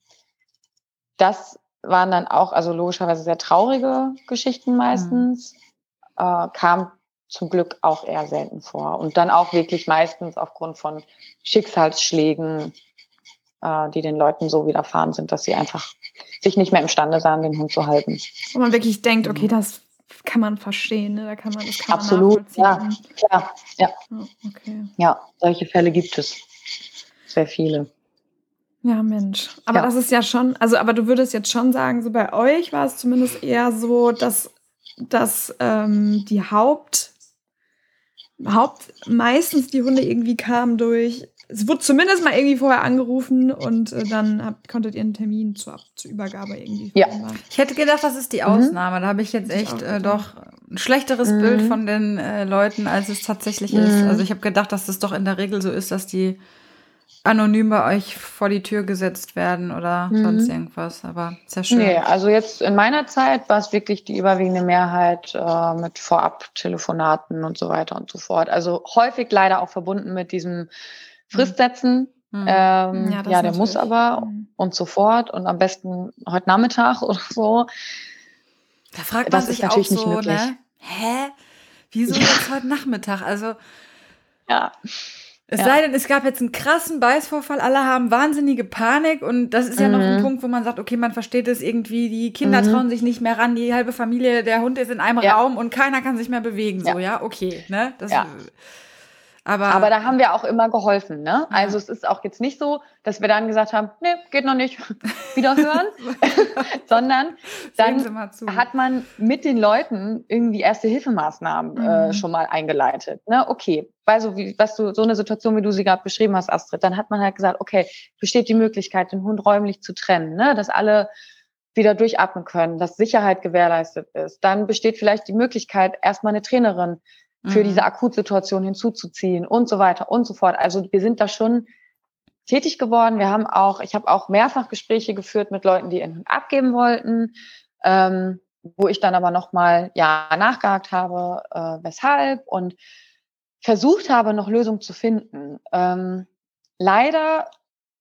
das waren dann auch, also logischerweise sehr traurige Geschichten meistens. Mhm. Äh, kam zum Glück auch eher selten vor. Und dann auch wirklich meistens aufgrund von Schicksalsschlägen, äh, die den Leuten so widerfahren sind, dass sie einfach sich nicht mehr imstande sahen, den Hund zu halten. Wo man wirklich denkt, okay, das kann man verstehen, ne? Da kann man, das kann man Absolut, ja, klar, ja. Oh, okay. Ja, solche Fälle gibt es. Sehr viele. Ja, Mensch. Aber ja. das ist ja schon, also, aber du würdest jetzt schon sagen, so bei euch war es zumindest eher so, dass, dass ähm, die Haupt, Haupt, meistens die Hunde irgendwie kamen durch, es wurde zumindest mal irgendwie vorher angerufen und äh, dann habt, konntet ihr einen Termin zur, zur Übergabe irgendwie vereinbaren. Ja. Ich hätte gedacht, das ist die Ausnahme. Mhm. Da habe ich jetzt echt äh, doch ein schlechteres mhm. Bild von den äh, Leuten, als es tatsächlich mhm. ist. Also ich habe gedacht, dass es doch in der Regel so ist, dass die anonym bei euch vor die Tür gesetzt werden oder mhm. sonst irgendwas. Aber sehr schön. Nee, also jetzt in meiner Zeit war es wirklich die überwiegende Mehrheit äh, mit Vorab-Telefonaten und so weiter und so fort. Also häufig leider auch verbunden mit diesem Fristsetzen. Mhm. Ähm, ja, ja der muss aber mhm. und sofort und am besten heute Nachmittag oder so. Da fragt man das sich natürlich auch so, nicht möglich. Ne? Hä? Wieso ja. jetzt heute Nachmittag? Also ja. Es ja. sei denn, es gab jetzt einen krassen Beißvorfall, alle haben wahnsinnige Panik und das ist ja mhm. noch ein Punkt, wo man sagt, okay, man versteht es irgendwie, die Kinder mhm. trauen sich nicht mehr ran, die halbe Familie, der Hund ist in einem ja. Raum und keiner kann sich mehr bewegen, so, ja, ja? okay, ne? Das, ja. Aber, Aber da haben wir auch immer geholfen, ne? Ja. Also es ist auch jetzt nicht so, dass wir dann gesagt haben, nee, geht noch nicht, wieder hören, sondern dann hat man mit den Leuten irgendwie Erste-Hilfemaßnahmen mhm. äh, schon mal eingeleitet, ne? Okay, weil so wie, was du, so eine Situation, wie du sie gerade beschrieben hast, Astrid, dann hat man halt gesagt, okay, besteht die Möglichkeit, den Hund räumlich zu trennen, ne? Dass alle wieder durchatmen können, dass Sicherheit gewährleistet ist. Dann besteht vielleicht die Möglichkeit, erstmal eine Trainerin für diese Akutsituation hinzuzuziehen und so weiter und so fort. Also wir sind da schon tätig geworden. Wir haben auch, ich habe auch mehrfach Gespräche geführt mit Leuten, die ihren Hund abgeben wollten, ähm, wo ich dann aber nochmal ja nachgehakt habe, äh, weshalb und versucht habe, noch Lösungen zu finden. Ähm, leider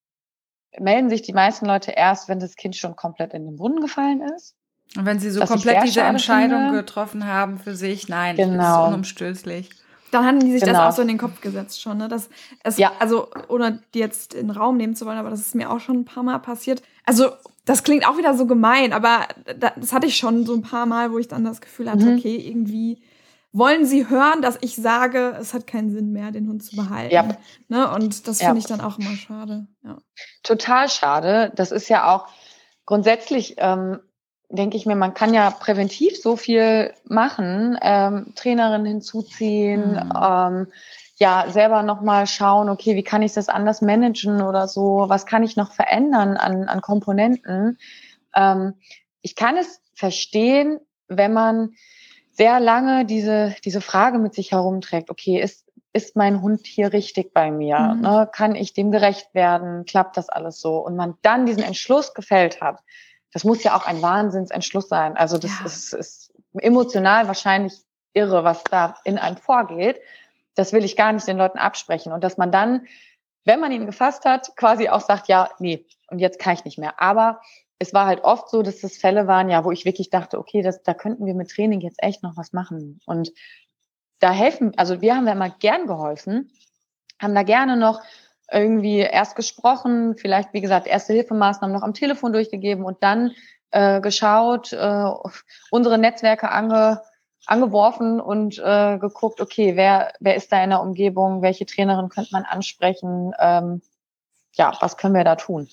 melden sich die meisten Leute erst, wenn das Kind schon komplett in den Brunnen gefallen ist. Und wenn sie so komplett diese Entscheidung finde. getroffen haben für sich, nein, genau. das ist unumstößlich. Dann hatten die sich genau. das auch so in den Kopf gesetzt schon, ne? Dass es, ja. Also, ohne die jetzt in den Raum nehmen zu wollen, aber das ist mir auch schon ein paar Mal passiert. Also, das klingt auch wieder so gemein, aber das hatte ich schon so ein paar Mal, wo ich dann das Gefühl hatte, mhm. okay, irgendwie wollen sie hören, dass ich sage, es hat keinen Sinn mehr, den Hund zu behalten. Ja. Ne? Und das finde ja. ich dann auch immer schade. Ja. Total schade. Das ist ja auch grundsätzlich, ähm, denke ich mir, man kann ja präventiv so viel machen, ähm, Trainerin hinzuziehen, mhm. ähm, ja, selber nochmal schauen, okay, wie kann ich das anders managen oder so, was kann ich noch verändern an, an Komponenten. Ähm, ich kann es verstehen, wenn man sehr lange diese, diese Frage mit sich herumträgt, okay, ist, ist mein Hund hier richtig bei mir? Mhm. Ne? Kann ich dem gerecht werden? Klappt das alles so? Und man dann diesen Entschluss gefällt hat. Das muss ja auch ein Wahnsinnsentschluss sein. Also das ja. ist, ist emotional wahrscheinlich irre, was da in einem vorgeht. Das will ich gar nicht den Leuten absprechen. Und dass man dann, wenn man ihn gefasst hat, quasi auch sagt, ja, nee, und jetzt kann ich nicht mehr. Aber es war halt oft so, dass das Fälle waren, ja, wo ich wirklich dachte, okay, das, da könnten wir mit Training jetzt echt noch was machen. Und da helfen, also wir haben ja immer gern geholfen, haben da gerne noch irgendwie erst gesprochen, vielleicht, wie gesagt, Erste-Hilfemaßnahmen noch am Telefon durchgegeben und dann äh, geschaut, äh, unsere Netzwerke ange, angeworfen und äh, geguckt, okay, wer, wer ist da in der Umgebung, welche Trainerin könnte man ansprechen, ähm, ja, was können wir da tun?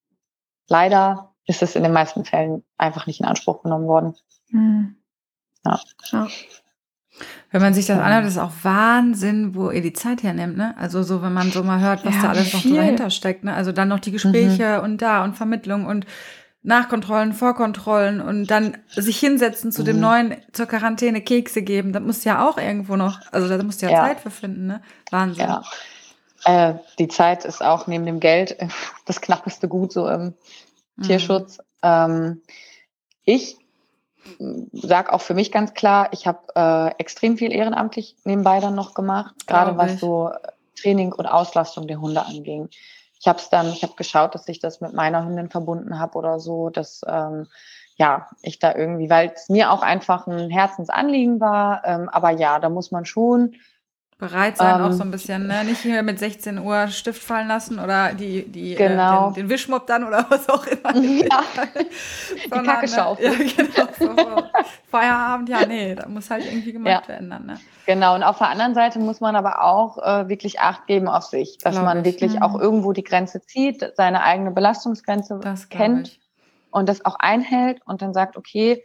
Leider ist es in den meisten Fällen einfach nicht in Anspruch genommen worden. Mhm. Ja. ja. Wenn man sich das anhört, ist es auch Wahnsinn, wo ihr die Zeit hernimmt, ne? Also so, wenn man so mal hört, was ja, da alles noch so dahinter steckt, ne? Also dann noch die Gespräche mhm. und da und Vermittlung und Nachkontrollen, Vorkontrollen und dann sich hinsetzen zu dem Mhm. neuen, zur Quarantäne Kekse geben, das muss ja auch irgendwo noch, also da musst du ja, Ja. Zeit für finden, ne? Wahnsinn. Ja. Äh, die Zeit ist auch neben dem Geld das knappeste Gut so im Mhm. Tierschutz. Ähm, ich sag auch für mich ganz klar, ich habe äh, extrem viel ehrenamtlich nebenbei dann noch gemacht, gerade Glaub was ich. so Training und Auslastung der Hunde anging. Ich habe es dann, ich habe geschaut, dass ich das mit meiner Hündin verbunden habe oder so, dass ähm, ja ich da irgendwie, weil es mir auch einfach ein Herzensanliegen war. Ähm, aber ja, da muss man schon Bereit sein auch ähm, so ein bisschen, ne? Nicht hier mit sechzehn Uhr Stift fallen lassen oder die, die, Genau. äh, den, den Wischmopp dann oder was auch immer. Ja. Sondern, Die Kacke ne? schaufeln. Ja, genau. So, so. Feierabend, ja, nee, da muss halt irgendwie gemacht Ja. werden dann, ne? Genau, und auf der anderen Seite muss man aber auch äh, wirklich Acht geben auf sich, dass Glaub man ich. wirklich Mhm. auch irgendwo die Grenze zieht, seine eigene Belastungsgrenze Das glaub kennt ich. und das auch einhält und dann sagt, okay,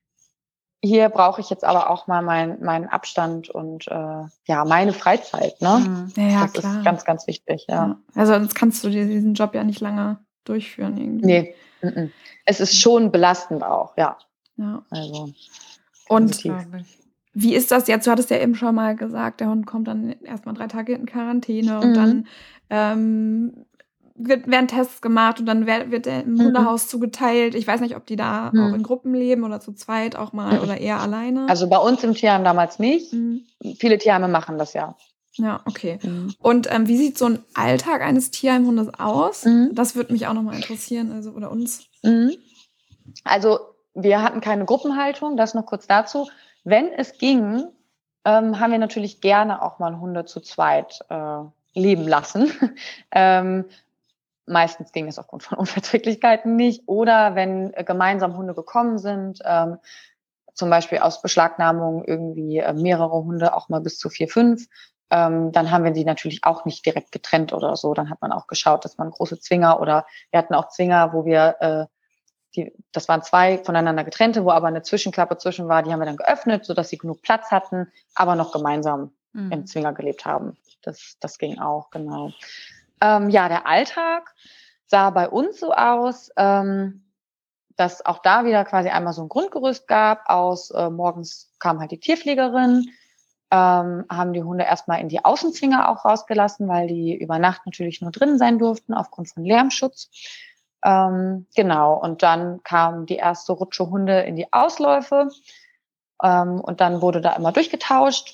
hier brauche ich jetzt aber auch mal meinen meinen Abstand und äh, ja, meine Freizeit, ne? Mhm. Ja, ja, Das klar. ist ganz, ganz wichtig, ja. Ja. Also sonst kannst du dir diesen Job ja nicht lange durchführen irgendwie. Nee, mm-mm. Es ist schon belastend auch, ja. Ja. Also, Und definitiv. Glaub ich. wie ist das jetzt? Du hattest ja eben schon mal gesagt, der Hund kommt dann erstmal drei Tage in Quarantäne und Mhm. dann ähm, wird, werden Tests gemacht und dann wird, wird er im Mhm. Hundehaus zugeteilt. Ich weiß nicht, ob die da Mhm. auch in Gruppen leben oder zu zweit auch mal Mhm. oder eher alleine. Also bei uns im Tierheim damals nicht. Mhm. Viele Tierheime machen das ja. Ja, okay. Mhm. Und ähm, wie sieht so ein Alltag eines Tierheimhundes aus? Mhm. Das würde mich auch nochmal interessieren, also oder uns. Mhm. Also wir hatten keine Gruppenhaltung, das noch kurz dazu. Wenn es ging, ähm, haben wir natürlich gerne auch mal Hunde zu zweit äh, leben lassen. ähm, meistens ging es aufgrund von Unverträglichkeiten nicht. Oder wenn äh, gemeinsam Hunde gekommen sind, ähm, zum Beispiel aus Beschlagnahmung irgendwie äh, mehrere Hunde, auch mal bis zu vier, fünf, ähm, dann haben wir die natürlich auch nicht direkt getrennt oder so. Dann hat man auch geschaut, dass man große Zwinger oder wir hatten auch Zwinger, wo wir äh, Die, das waren zwei voneinander getrennte, wo aber eine Zwischenklappe zwischen war, die haben wir dann geöffnet, sodass sie genug Platz hatten, aber noch gemeinsam Mhm. im Zwinger gelebt haben. Das, das ging auch, genau. Ähm, ja, der Alltag sah bei uns so aus, ähm, dass auch da wieder quasi einmal so ein Grundgerüst gab aus, äh, morgens kam halt die Tierpflegerin, ähm, haben die Hunde erstmal in die Außenzwinger auch rausgelassen, weil die über Nacht natürlich nur drinnen sein durften, aufgrund von Lärmschutz. Ähm, genau, und dann kam die erste Rutsche Hunde in die Ausläufe ähm, und dann wurde da immer durchgetauscht,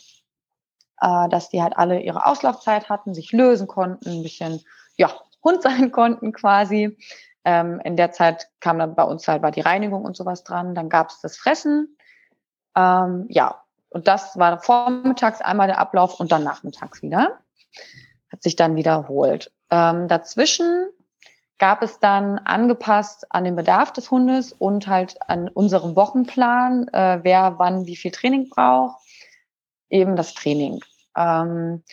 äh, dass die halt alle ihre Auslaufzeit hatten, sich lösen konnten, ein bisschen ja, Hund sein konnten quasi. Ähm, in der Zeit kam dann bei uns halt war die Reinigung und sowas dran, dann gab es das Fressen. Ähm, ja, und das war vormittags einmal der Ablauf und dann nachmittags wieder. Hat sich dann wiederholt. Ähm, dazwischen gab es dann angepasst an den Bedarf des Hundes und halt an unserem Wochenplan, äh, wer wann wie viel Training braucht, eben das Training. Ähm,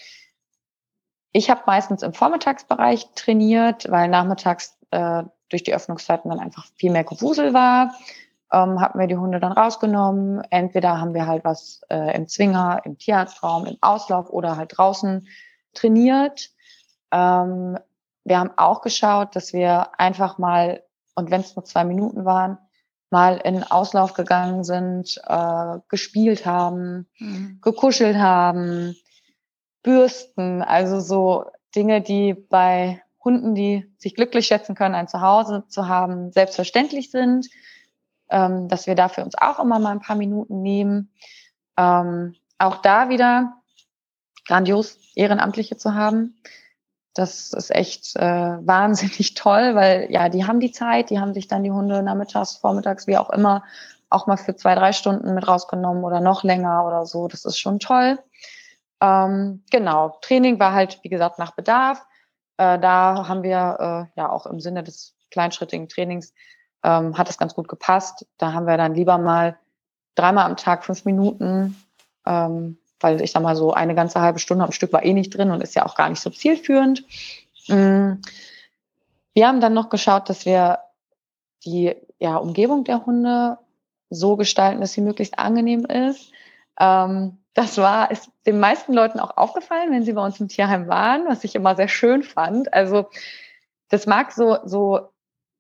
ich habe meistens im Vormittagsbereich trainiert, weil nachmittags äh, durch die Öffnungszeiten dann einfach viel mehr Gewusel war. Ähm, haben wir die Hunde dann rausgenommen. Entweder haben wir halt was äh, im Zwinger, im Tierarztraum, im Auslauf oder halt draußen trainiert. Ähm, wir haben auch geschaut, dass wir einfach mal, und wenn es nur zwei Minuten waren, mal in Auslauf gegangen sind, äh, gespielt haben, Mhm. gekuschelt haben, bürsten, also so Dinge, die bei Hunden, die sich glücklich schätzen können, ein Zuhause zu haben, selbstverständlich sind, ähm, dass wir dafür uns auch immer mal ein paar Minuten nehmen. Ähm, auch da wieder grandios Ehrenamtliche zu haben. Das ist echt äh, wahnsinnig toll, weil ja, die haben die Zeit, die haben sich dann die Hunde nachmittags, vormittags, wie auch immer, auch mal für zwei, drei Stunden mit rausgenommen oder noch länger oder so. Das ist schon toll. Ähm, genau, Training war halt, wie gesagt, nach Bedarf. Äh, da haben wir äh, ja auch im Sinne des kleinschrittigen Trainings, ähm, hat es ganz gut gepasst. Da haben wir dann lieber mal dreimal am Tag fünf Minuten, ähm, weil ich sag mal so eine ganze halbe Stunde am Stück war eh nicht drin und ist ja auch gar nicht so zielführend. Wir haben dann noch geschaut, dass wir die ja, Umgebung der Hunde so gestalten, dass sie möglichst angenehm ist. Ähm, das war, ist den meisten Leuten auch aufgefallen, wenn sie bei uns im Tierheim waren, was ich immer sehr schön fand. Also das mag so, so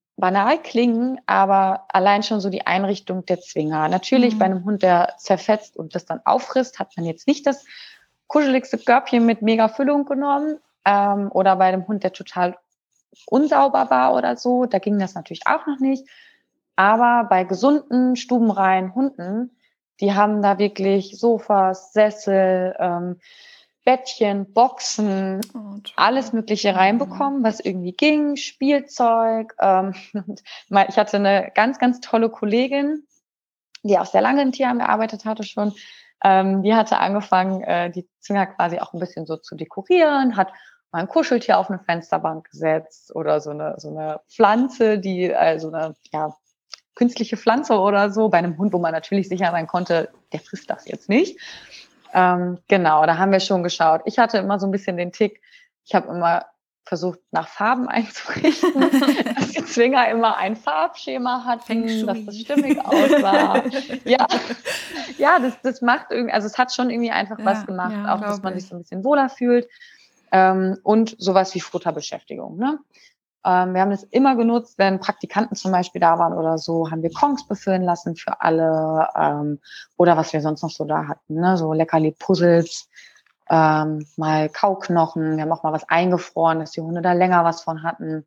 banal klingen, aber allein schon so die Einrichtung der Zwinger. Natürlich mhm. bei einem Hund, der zerfetzt und das dann auffrisst, hat man jetzt nicht das kuscheligste Körbchen mit mega Füllung genommen. Ähm, oder bei einem Hund, der total unsauber war oder so, da ging das natürlich auch noch nicht. Aber bei gesunden, stubenreinen Hunden, die haben da wirklich Sofas, Sessel, ähm, Bettchen, Boxen, oh, alles Mögliche reinbekommen, was irgendwie ging, Spielzeug. Ähm, und ich hatte eine ganz, ganz tolle Kollegin, die auch sehr lange im Tierheim gearbeitet hatte schon. Ähm, die hatte angefangen, äh, die Zwinger quasi auch ein bisschen so zu dekorieren, hat mal ein Kuscheltier auf eine Fensterbank gesetzt oder so eine, so eine Pflanze, die, also eine, ja, künstliche Pflanze oder so, bei einem Hund, wo man natürlich sicher sein konnte, der frisst das jetzt nicht. Ähm, genau, da haben wir schon geschaut. Ich hatte immer so ein bisschen den Tick, ich habe immer versucht, nach Farben einzurichten, dass die Zwinger immer ein Farbschema hatten, dass das stimmig aussah. ja, ja das, das macht irgendwie, also es hat schon irgendwie einfach ja, was gemacht, ja, auch dass man ich. sich so ein bisschen wohler fühlt. Ähm, und sowas wie Futterbeschäftigung, ne? Ähm, wir haben das immer genutzt, wenn Praktikanten zum Beispiel da waren oder so, haben wir Kongs befüllen lassen für alle ähm, oder was wir sonst noch so da hatten, ne? So Leckerli-Puzzles, ähm, mal Kauknochen, wir haben auch mal was eingefroren, dass die Hunde da länger was von hatten.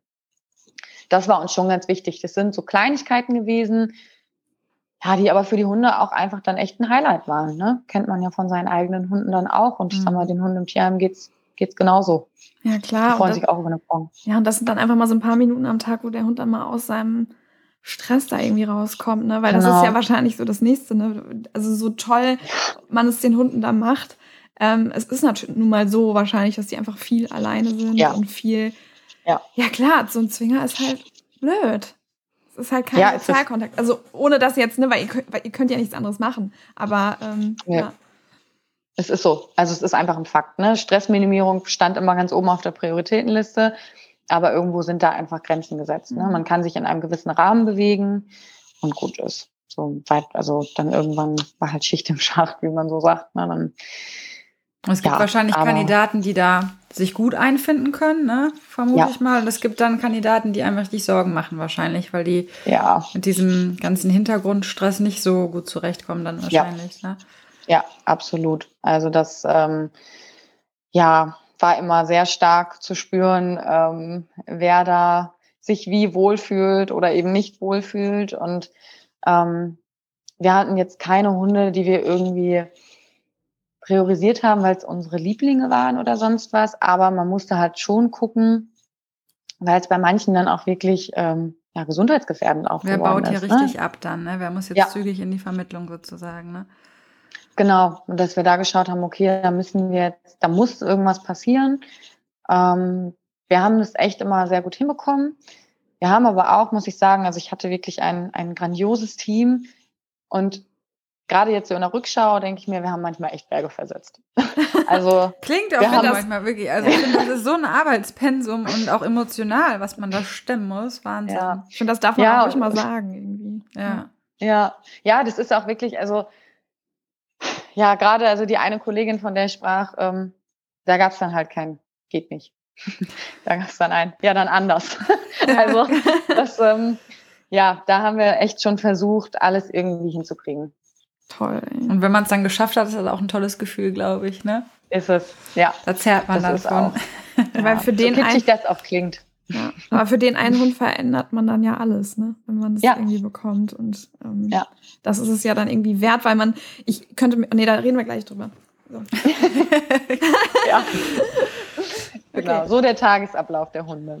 Das war uns schon ganz wichtig. Das sind so Kleinigkeiten gewesen, ja, die aber für die Hunde auch einfach dann echt ein Highlight waren, ne? Kennt man ja von seinen eigenen Hunden dann auch und ich sag mal, den Hunden im Tierheim geht's geht's genauso. Ja, klar. Die freuen das, sich auch über eine Pong. Ja, und das sind dann einfach mal so ein paar Minuten am Tag, wo der Hund dann mal aus seinem Stress da irgendwie rauskommt, ne? Weil genau. das ist ja wahrscheinlich so das Nächste, ne? Also so toll man es den Hunden da macht. Ähm, es ist natürlich nun mal so wahrscheinlich, dass die einfach viel alleine sind ja. und viel. Ja. Ja, klar, so ein Zwinger ist halt blöd. Es ist halt kein ja, Sozialkontakt. Also ohne das jetzt, ne? Weil ihr könnt, weil ihr könnt ja nichts anderes machen. Aber ähm, ja. ja. Es ist so. Also es ist einfach ein Fakt, ne? Stressminimierung stand immer ganz oben auf der Prioritätenliste, aber irgendwo sind da einfach Grenzen gesetzt, ne? Man kann sich in einem gewissen Rahmen bewegen und gut ist. So weit, also dann irgendwann war halt Schicht im Schacht, wie man so sagt, ne? Dann, es gibt ja, wahrscheinlich Kandidaten, die da sich gut einfinden können, ne? Vermute ja. ich mal. Und es gibt dann Kandidaten, die einem richtig Sorgen machen wahrscheinlich, weil die ja. mit diesem ganzen Hintergrundstress nicht so gut zurechtkommen dann wahrscheinlich, ja. ne? Ja, absolut. Also das ähm, ja, war immer sehr stark zu spüren, ähm, wer da sich wie wohlfühlt oder eben nicht wohlfühlt. Und ähm, wir hatten jetzt keine Hunde, die wir irgendwie priorisiert haben, weil es unsere Lieblinge waren oder sonst was. Aber man musste halt schon gucken, weil es bei manchen dann auch wirklich ähm, ja, gesundheitsgefährdend auch Wer geworden baut hier ist, richtig ne? ab dann, ne? Wer muss jetzt ja. zügig in die Vermittlung sozusagen, ne? Genau, und dass wir da geschaut haben, okay, da müssen wir jetzt, da muss irgendwas passieren. Ähm, wir haben das echt immer sehr gut hinbekommen. Wir haben aber auch, muss ich sagen, also ich hatte wirklich ein, ein grandioses Team und gerade jetzt so in der Rückschau denke ich mir, wir haben manchmal echt Berge versetzt. Also klingt auch manchmal wirklich, also ich finde, das ist so ein Arbeitspensum und auch emotional, was man da stemmen muss, Wahnsinn. Ja. Ich finde, das darf man ja, auch ruhig mal sagen irgendwie. Ja. ja, ja, das ist auch wirklich, also ja, gerade also die eine Kollegin, von der ich sprach, ähm, da gab es dann halt kein, geht nicht. Da gab es dann ein, ja, dann anders. Also das, ähm, ja, da haben wir echt schon versucht, alles irgendwie hinzukriegen. Toll. Und wenn man es dann geschafft hat, ist das auch ein tolles Gefühl, glaube ich, ne? Ist es, ja. Da zerrt man dann von. Ja, weil für den so kitschig das auch klingt. Ja, aber für den einen Hund verändert man dann ja alles, ne? Wenn man das ja. irgendwie bekommt. Und ähm, ja. das ist es ja dann irgendwie wert, weil man, ich könnte, nee, da reden wir gleich drüber. So. ja. Genau, okay. So der Tagesablauf der Hunde.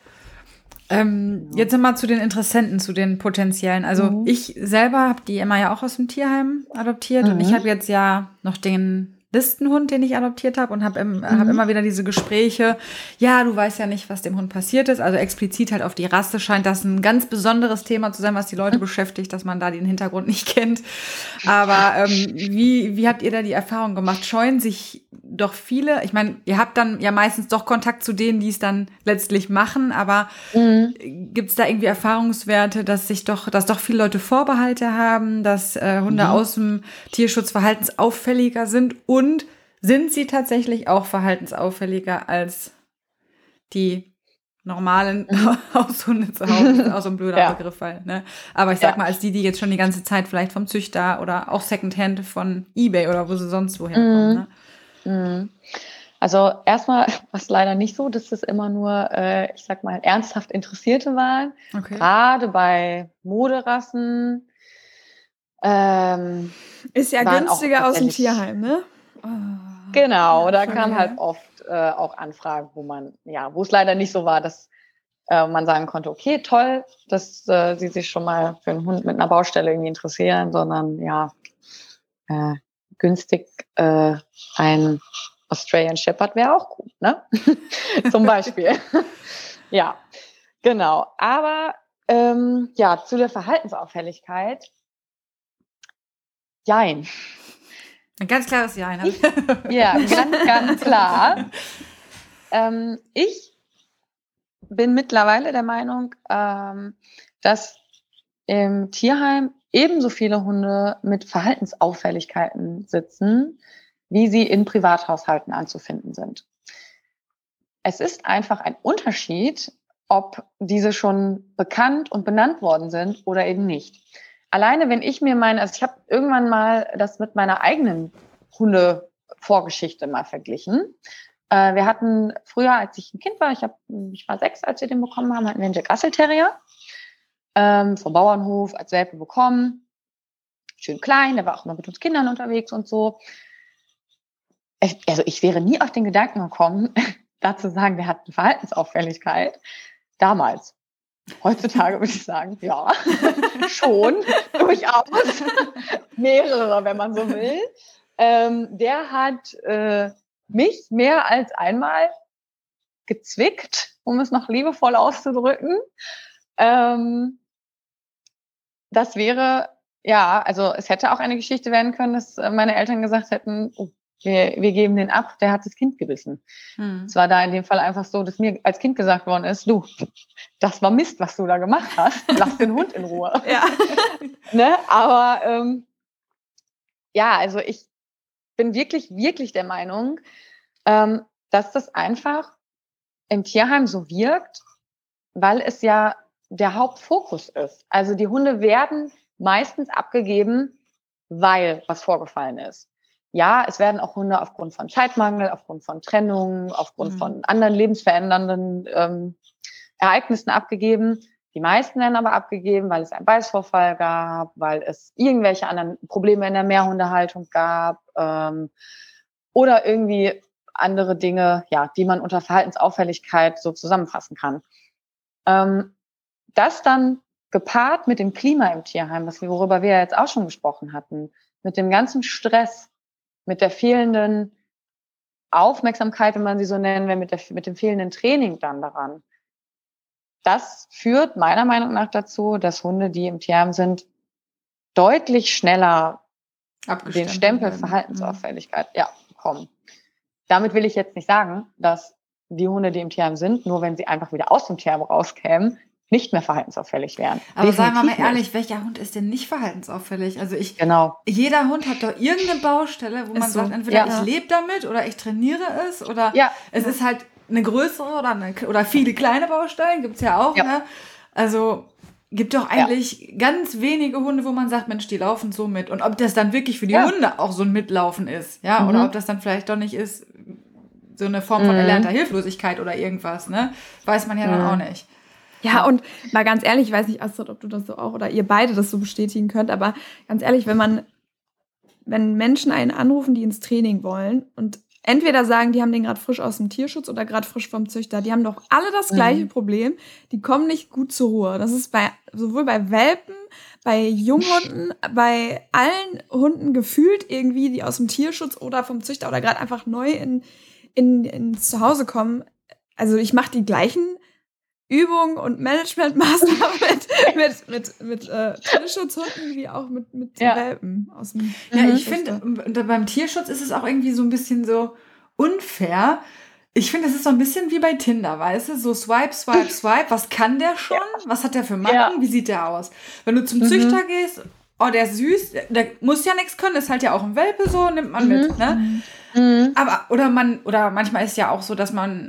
Ähm, ja. Jetzt nochmal zu den Interessenten, zu den potenziellen. Also mhm. ich selber habe die Emma ja auch aus dem Tierheim adoptiert mhm. und ich habe jetzt ja noch den Listenhund, den ich adoptiert habe und habe im, mhm. hab immer wieder diese Gespräche, ja, du weißt ja nicht, was dem Hund passiert ist, also explizit halt auf die Rasse scheint das ein ganz besonderes Thema zu sein, was die Leute mhm. beschäftigt, dass man da den Hintergrund nicht kennt. Aber ähm, wie, wie habt ihr da die Erfahrung gemacht? Scheuen sich doch viele, ich meine, ihr habt dann ja meistens doch Kontakt zu denen, die es dann letztlich machen, aber mhm. gibt es da irgendwie Erfahrungswerte, dass sich doch, dass doch viele Leute Vorbehalte haben, dass äh, Hunde mhm. aus dem Tierschutz verhaltensauffälliger sind und sind sie tatsächlich auch verhaltensauffälliger als die normalen mhm. Haushunde zu Hause. Das ist auch so ein blöder ja. Begriff, weil, ne? Aber ich sag ja. mal, als die, die jetzt schon die ganze Zeit vielleicht vom Züchter oder auch Secondhand von eBay oder wo sie sonst woher kommen, ne? Mhm. Also erstmal, was leider nicht so, dass das immer nur, äh, ich sag mal, ernsthaft Interessierte waren. Okay. Gerade bei Moderassen. Ähm, ist ja günstiger aus dem Tierheim, ne? Oh, genau, ja, da kamen halt oft äh, auch Anfragen, wo man, ja, wo es leider nicht so war, dass äh, man sagen konnte, okay, toll, dass äh, sie sich schon mal für einen Hund mit einer Baustelle irgendwie interessieren, sondern ja, äh, günstig äh, ein Australian Shepherd wäre auch gut, ne? Zum Beispiel. Ja, genau. Aber ähm, ja, zu der Verhaltensauffälligkeit. Jein. Ein ganz klares Jein. Ich, ja, ganz, ganz klar. ähm, ich bin mittlerweile der Meinung, ähm, dass im Tierheim ebenso viele Hunde mit Verhaltensauffälligkeiten sitzen, wie sie in Privathaushalten anzufinden sind. Es ist einfach ein Unterschied, ob diese schon bekannt und benannt worden sind oder eben nicht. Alleine, wenn ich mir meine, also ich habe irgendwann mal das mit meiner eigenen Hunde-Vorgeschichte mal verglichen. Äh, wir hatten früher, als ich ein Kind war, ich, hab, ich war sechs, als wir den bekommen haben, hatten wir einen Jack Russell Terrier ähm, vom Bauernhof als Welpe bekommen. Schön klein, der war auch immer mit uns Kindern unterwegs und so. Also ich wäre nie auf den Gedanken gekommen, da zu sagen, der hat eine Verhaltensauffälligkeit. Damals. Heutzutage würde ich sagen, ja, schon, durchaus. Mehrere, wenn man so will. Ähm, der hat äh, mich mehr als einmal gezwickt, um es noch liebevoll auszudrücken. Ähm, das wäre, ja, also es hätte auch eine Geschichte werden können, dass meine Eltern gesagt hätten, oh, Wir, wir geben den ab, der hat das Kind gebissen. Hm. Es war da in dem Fall einfach so, dass mir als Kind gesagt worden ist, du, das war Mist, was du da gemacht hast. Lass den Hund in Ruhe. Ja. Ne? Aber ähm, ja, also ich bin wirklich, wirklich der Meinung, ähm, dass das einfach im Tierheim so wirkt, weil es ja der Hauptfokus ist. Also die Hunde werden meistens abgegeben, weil was vorgefallen ist. Ja, es werden auch Hunde aufgrund von Zeitmangel, aufgrund von Trennungen, aufgrund mhm. von anderen lebensverändernden ähm, Ereignissen abgegeben. Die meisten werden aber abgegeben, weil es einen Beißvorfall gab, weil es irgendwelche anderen Probleme in der Mehrhundehaltung gab ähm, oder irgendwie andere Dinge, ja, die man unter Verhaltensauffälligkeit so zusammenfassen kann. Ähm, das dann gepaart mit dem Klima im Tierheim, was wir, worüber wir ja jetzt auch schon gesprochen hatten, mit dem ganzen Stress, mit der fehlenden Aufmerksamkeit, wenn man sie so nennen will, mit, der, mit dem fehlenden Training dann daran. Das führt meiner Meinung nach dazu, dass Hunde, die im Tierheim sind, deutlich schneller den Stempel werden. Verhaltensauffälligkeit ja, bekommen. Damit will ich jetzt nicht sagen, dass die Hunde, die im Tierheim sind, nur wenn sie einfach wieder aus dem Tierheim rauskämen, nicht mehr verhaltensauffällig wären. Aber sagen wir mal ehrlich, nicht. Welcher Hund ist denn nicht verhaltensauffällig? Also ich, genau. Jeder Hund hat doch irgendeine Baustelle, wo ist man so, sagt, entweder ja. ich lebe damit oder ich trainiere es oder ja. es ja. ist halt eine größere oder, eine, oder viele kleine Baustellen, gibt's ja auch. Ja. Ne? Also gibt doch eigentlich ja. ganz wenige Hunde, wo man sagt, Mensch, die laufen so mit. Und ob das dann wirklich für die ja. Hunde auch so ein Mitlaufen ist, ja, mhm. oder ob das dann vielleicht doch nicht ist, so eine Form von erlernter Hilflosigkeit oder irgendwas, ne? Weiß man ja mhm. dann auch nicht. Ja, und mal ganz ehrlich, ich weiß nicht, Astrid, ob du das so auch oder ihr beide das so bestätigen könnt, aber ganz ehrlich, wenn man, wenn Menschen einen anrufen, die ins Training wollen und entweder sagen, die haben den gerade frisch aus dem Tierschutz oder gerade frisch vom Züchter, die haben doch alle das gleiche mhm. Problem, die kommen nicht gut zur Ruhe. Das ist bei sowohl bei Welpen, bei Junghunden, bei allen Hunden gefühlt irgendwie, die aus dem Tierschutz oder vom Züchter oder gerade einfach neu in, in, ins Zuhause kommen. Also ich mache die gleichen Übungen und Managementmaßnahmen mit, mit, mit, mit äh, Tierschutzhunden wie auch mit, mit ja. Welpen aus dem Ja, ich finde, beim Tierschutz ist es auch irgendwie so ein bisschen so unfair. Ich finde, es ist so ein bisschen wie bei Tinder, weißt du? So swipe, swipe, swipe. Was kann der schon? Ja. Was hat der für Macken? Ja. Wie sieht der aus? Wenn du zum mhm. Züchter gehst, oh, der ist süß, der muss ja nichts können, ist halt ja auch ein Welpe, so nimmt man mhm. mit, ne? Mhm. Aber, oder man, oder manchmal ist ja auch so, dass man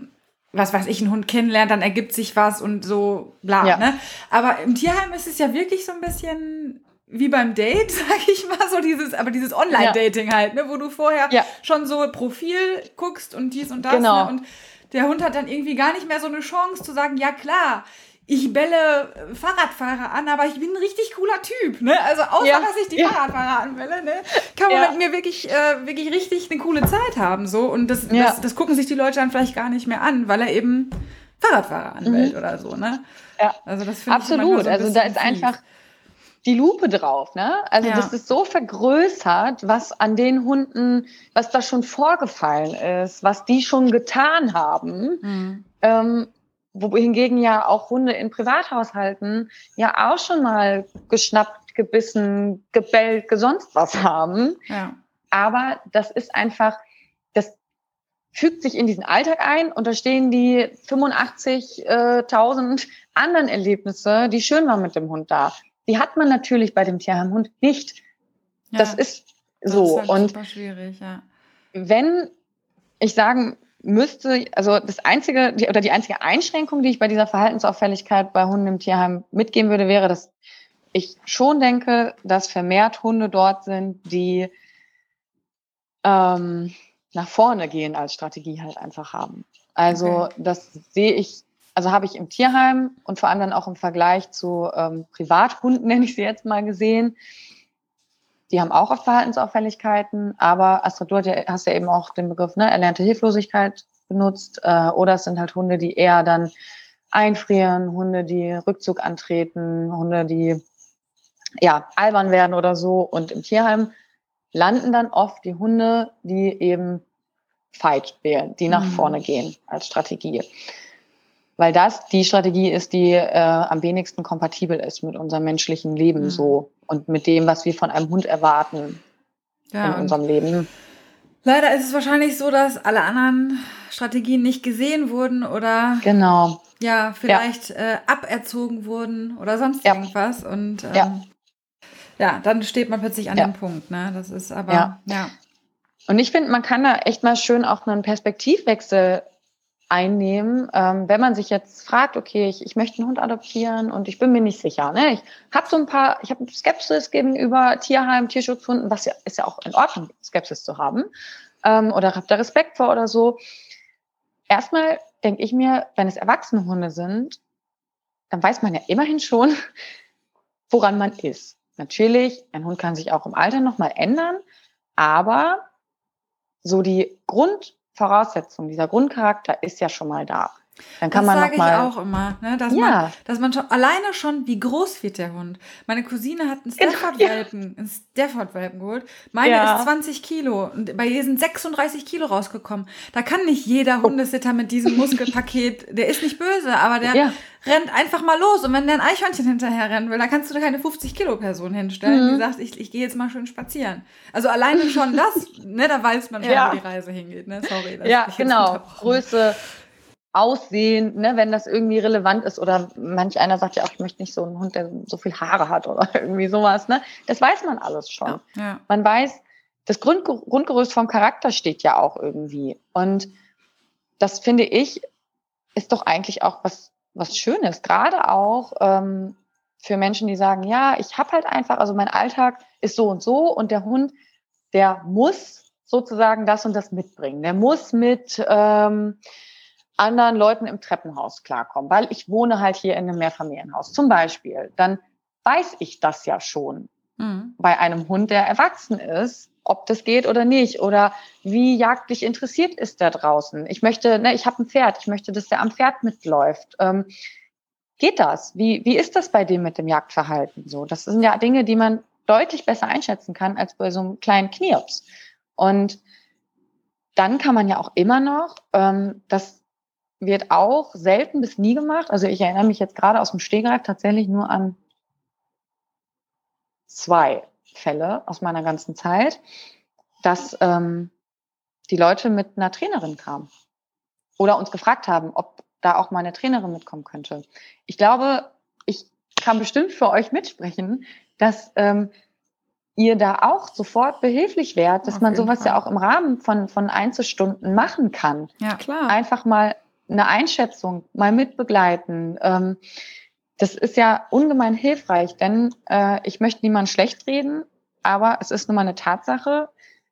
was weiß ich, einen Hund kennenlernt, dann ergibt sich was und so bla, Ja. ne? Aber im Tierheim ist es ja wirklich so ein bisschen wie beim Date, sag ich mal, so dieses, aber dieses Online-Dating halt, ne? Wo du vorher Ja. schon so Profil guckst und dies und das, Genau. ne? Und der Hund hat dann irgendwie gar nicht mehr so eine Chance zu sagen, ja klar, ich bälle Fahrradfahrer an, aber ich bin ein richtig cooler Typ, ne? Also außer, Ja. dass ich die Ja. Fahrradfahrer anbälle, ne? Kann man Ja. mit mir wirklich, äh, wirklich richtig eine coole Zeit haben, so. Und das, Ja. das, das gucken sich die Leute dann vielleicht gar nicht mehr an, weil er eben Fahrradfahrer anbellt Mhm. oder so, ne? Ja. Also das finde ich Absolut. manchmal so ein Also da bisschen ist fies. einfach die Lupe drauf, ne? Also Ja. das ist so vergrößert, was an den Hunden, was da schon vorgefallen ist, was die schon getan haben. Mhm. Ähm, wohingegen ja auch Hunde in Privathaushalten ja auch schon mal geschnappt, gebissen, gebellt, gesonst was haben. Ja. Aber das ist einfach, das fügt sich in diesen Alltag ein und da stehen die fünfundachtzigtausend anderen Erlebnisse, die schön waren mit dem Hund da. Die hat man natürlich bei dem Tierheimhund nicht. Ja. Das ist Das so. ist halt Und super schwierig, ja. wenn ich sagen müsste, also das einzige, die, oder die einzige Einschränkung, die ich bei dieser Verhaltensauffälligkeit bei Hunden im Tierheim mitgeben würde, wäre, dass ich schon denke, dass vermehrt Hunde dort sind, die ähm, nach vorne gehen als Strategie halt einfach haben. Also Okay. das sehe ich, also habe ich im Tierheim und vor allem dann auch im Vergleich zu ähm, Privathunden, nenne ich sie jetzt mal, gesehen. Die haben auch oft Verhaltensauffälligkeiten, aber Astrid, du hast ja, hast ja eben auch den Begriff, ne, erlernte Hilflosigkeit benutzt, äh, oder es sind halt Hunde, die eher dann einfrieren, Hunde, die Rückzug antreten, Hunde, die ja albern werden oder so. Und im Tierheim landen dann oft die Hunde, die eben Fight wählen, die nach Mhm. vorne gehen als Strategie. Weil das die Strategie ist, die äh, am wenigsten kompatibel ist mit unserem menschlichen Leben Mhm. so und mit dem, was wir von einem Hund erwarten Ja, in und unserem Leben. leider ist es wahrscheinlich so, dass alle anderen Strategien nicht gesehen wurden oder Genau. ja, vielleicht Äh, aberzogen wurden oder sonst Ja. irgendwas. Und ähm, Ja. ja, dann steht man plötzlich an Ja. dem Punkt, ne? Das ist aber, Ja. ja. Und ich finde, man kann da echt mal schön auch einen Perspektivwechsel einnehmen, ähm, wenn man sich jetzt fragt, okay, ich, ich möchte einen Hund adoptieren und ich bin mir nicht sicher. Ne? Ich habe so ein paar, ich habe Skepsis gegenüber Tierheim, Tierschutzhunden, was ja ist ja auch in Ordnung, Skepsis zu haben, ähm, oder habe da Respekt vor oder so. Erstmal denke ich mir, wenn es erwachsene Hunde sind, dann weiß man ja immerhin schon, woran man ist. Natürlich, ein Hund kann sich auch im Alter nochmal ändern, aber so die Grundvoraussetzung, dieser Grundcharakter ist ja schon mal da. Dann kann Das man sage noch ich mal, auch immer, ne? dass, Ja. man, dass man schon, alleine schon, wie groß wird der Hund? Meine Cousine hat einen Genau, Stafford-Welpen, einen Stafford-Welpen geholt. Meine Ja. ist zwanzig Kilo und bei ihr sind sechsunddreißig Kilo rausgekommen. Da kann nicht jeder Hundesitter mit diesem Muskelpaket, der ist nicht böse, aber der Ja. rennt einfach mal los. Und wenn der ein Eichhörnchen hinterher rennen will, da kannst du da keine fünfzig Kilo Person hinstellen, Mhm. die sagt, ich, ich gehe jetzt mal schön spazieren. Also alleine schon das, ne, da weiß man schon, Ja. wo die Reise hingeht. Ne? Sorry, dass Ja, ich jetzt genau. unterbrochen habe. Größe, Aussehen, ne, wenn das irgendwie relevant ist oder manch einer sagt ja auch, ich möchte nicht so einen Hund, der so viel Haare hat oder irgendwie sowas. Ne? Das weiß man alles schon. Ja. Man weiß, das Grund, Grundgerüst vom Charakter steht ja auch irgendwie. Und das finde ich, ist doch eigentlich auch was, was Schönes. Gerade auch ähm, für Menschen, die sagen, ja, ich habe halt einfach, also mein Alltag ist so und so und der Hund, der muss sozusagen das und das mitbringen. Der muss mit ähm, anderen Leuten im Treppenhaus klarkommen, weil ich wohne halt hier in einem Mehrfamilienhaus zum Beispiel. Dann weiß ich das ja schon Mhm. bei einem Hund, der erwachsen ist, ob das geht oder nicht oder wie jagdlich interessiert ist der draußen. Ich möchte, ne, ich habe ein Pferd, ich möchte, dass der am Pferd mitläuft. Ähm, geht das? Wie, wie ist das bei dem mit dem Jagdverhalten so? Das sind ja Dinge, die man deutlich besser einschätzen kann als bei so einem kleinen Knirps. Und dann kann man ja auch immer noch, ähm, das wird auch selten bis nie gemacht. Also ich erinnere mich jetzt gerade aus dem Stegreif tatsächlich nur an zwei Fälle aus meiner ganzen Zeit, dass ähm, die Leute mit einer Trainerin kamen oder uns gefragt haben, ob da auch mal eine Trainerin mitkommen könnte. Ich glaube, ich kann bestimmt für euch mitsprechen, dass ähm, ihr da auch sofort behilflich wärt, dass Auf man jeden sowas Fall. ja auch im Rahmen von, von Einzelstunden machen kann. Ja. Klar. Einfach mal eine Einschätzung mal mitbegleiten. Ähm, das ist ja ungemein hilfreich, denn äh, ich möchte niemanden schlecht reden, aber es ist nun mal eine Tatsache,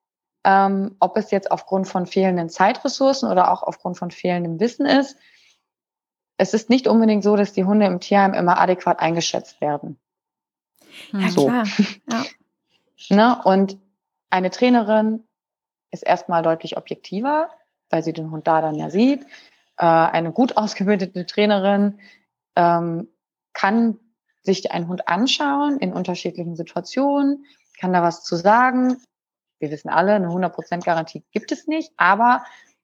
ähm, ob es jetzt aufgrund von fehlenden Zeitressourcen oder auch aufgrund von fehlendem Wissen ist. Es ist nicht unbedingt so, dass die Hunde im Tierheim immer adäquat eingeschätzt werden. Ja, so. klar. Ja. Ne? Und eine Trainerin ist erstmal deutlich objektiver, weil sie den Hund da dann ja sieht. Äh, eine gut ausgebildete Trainerin ähm, kann sich einen Hund anschauen in unterschiedlichen Situationen, kann da was zu sagen. Wir wissen alle, eine hundert Prozent Garantie gibt es nicht, aber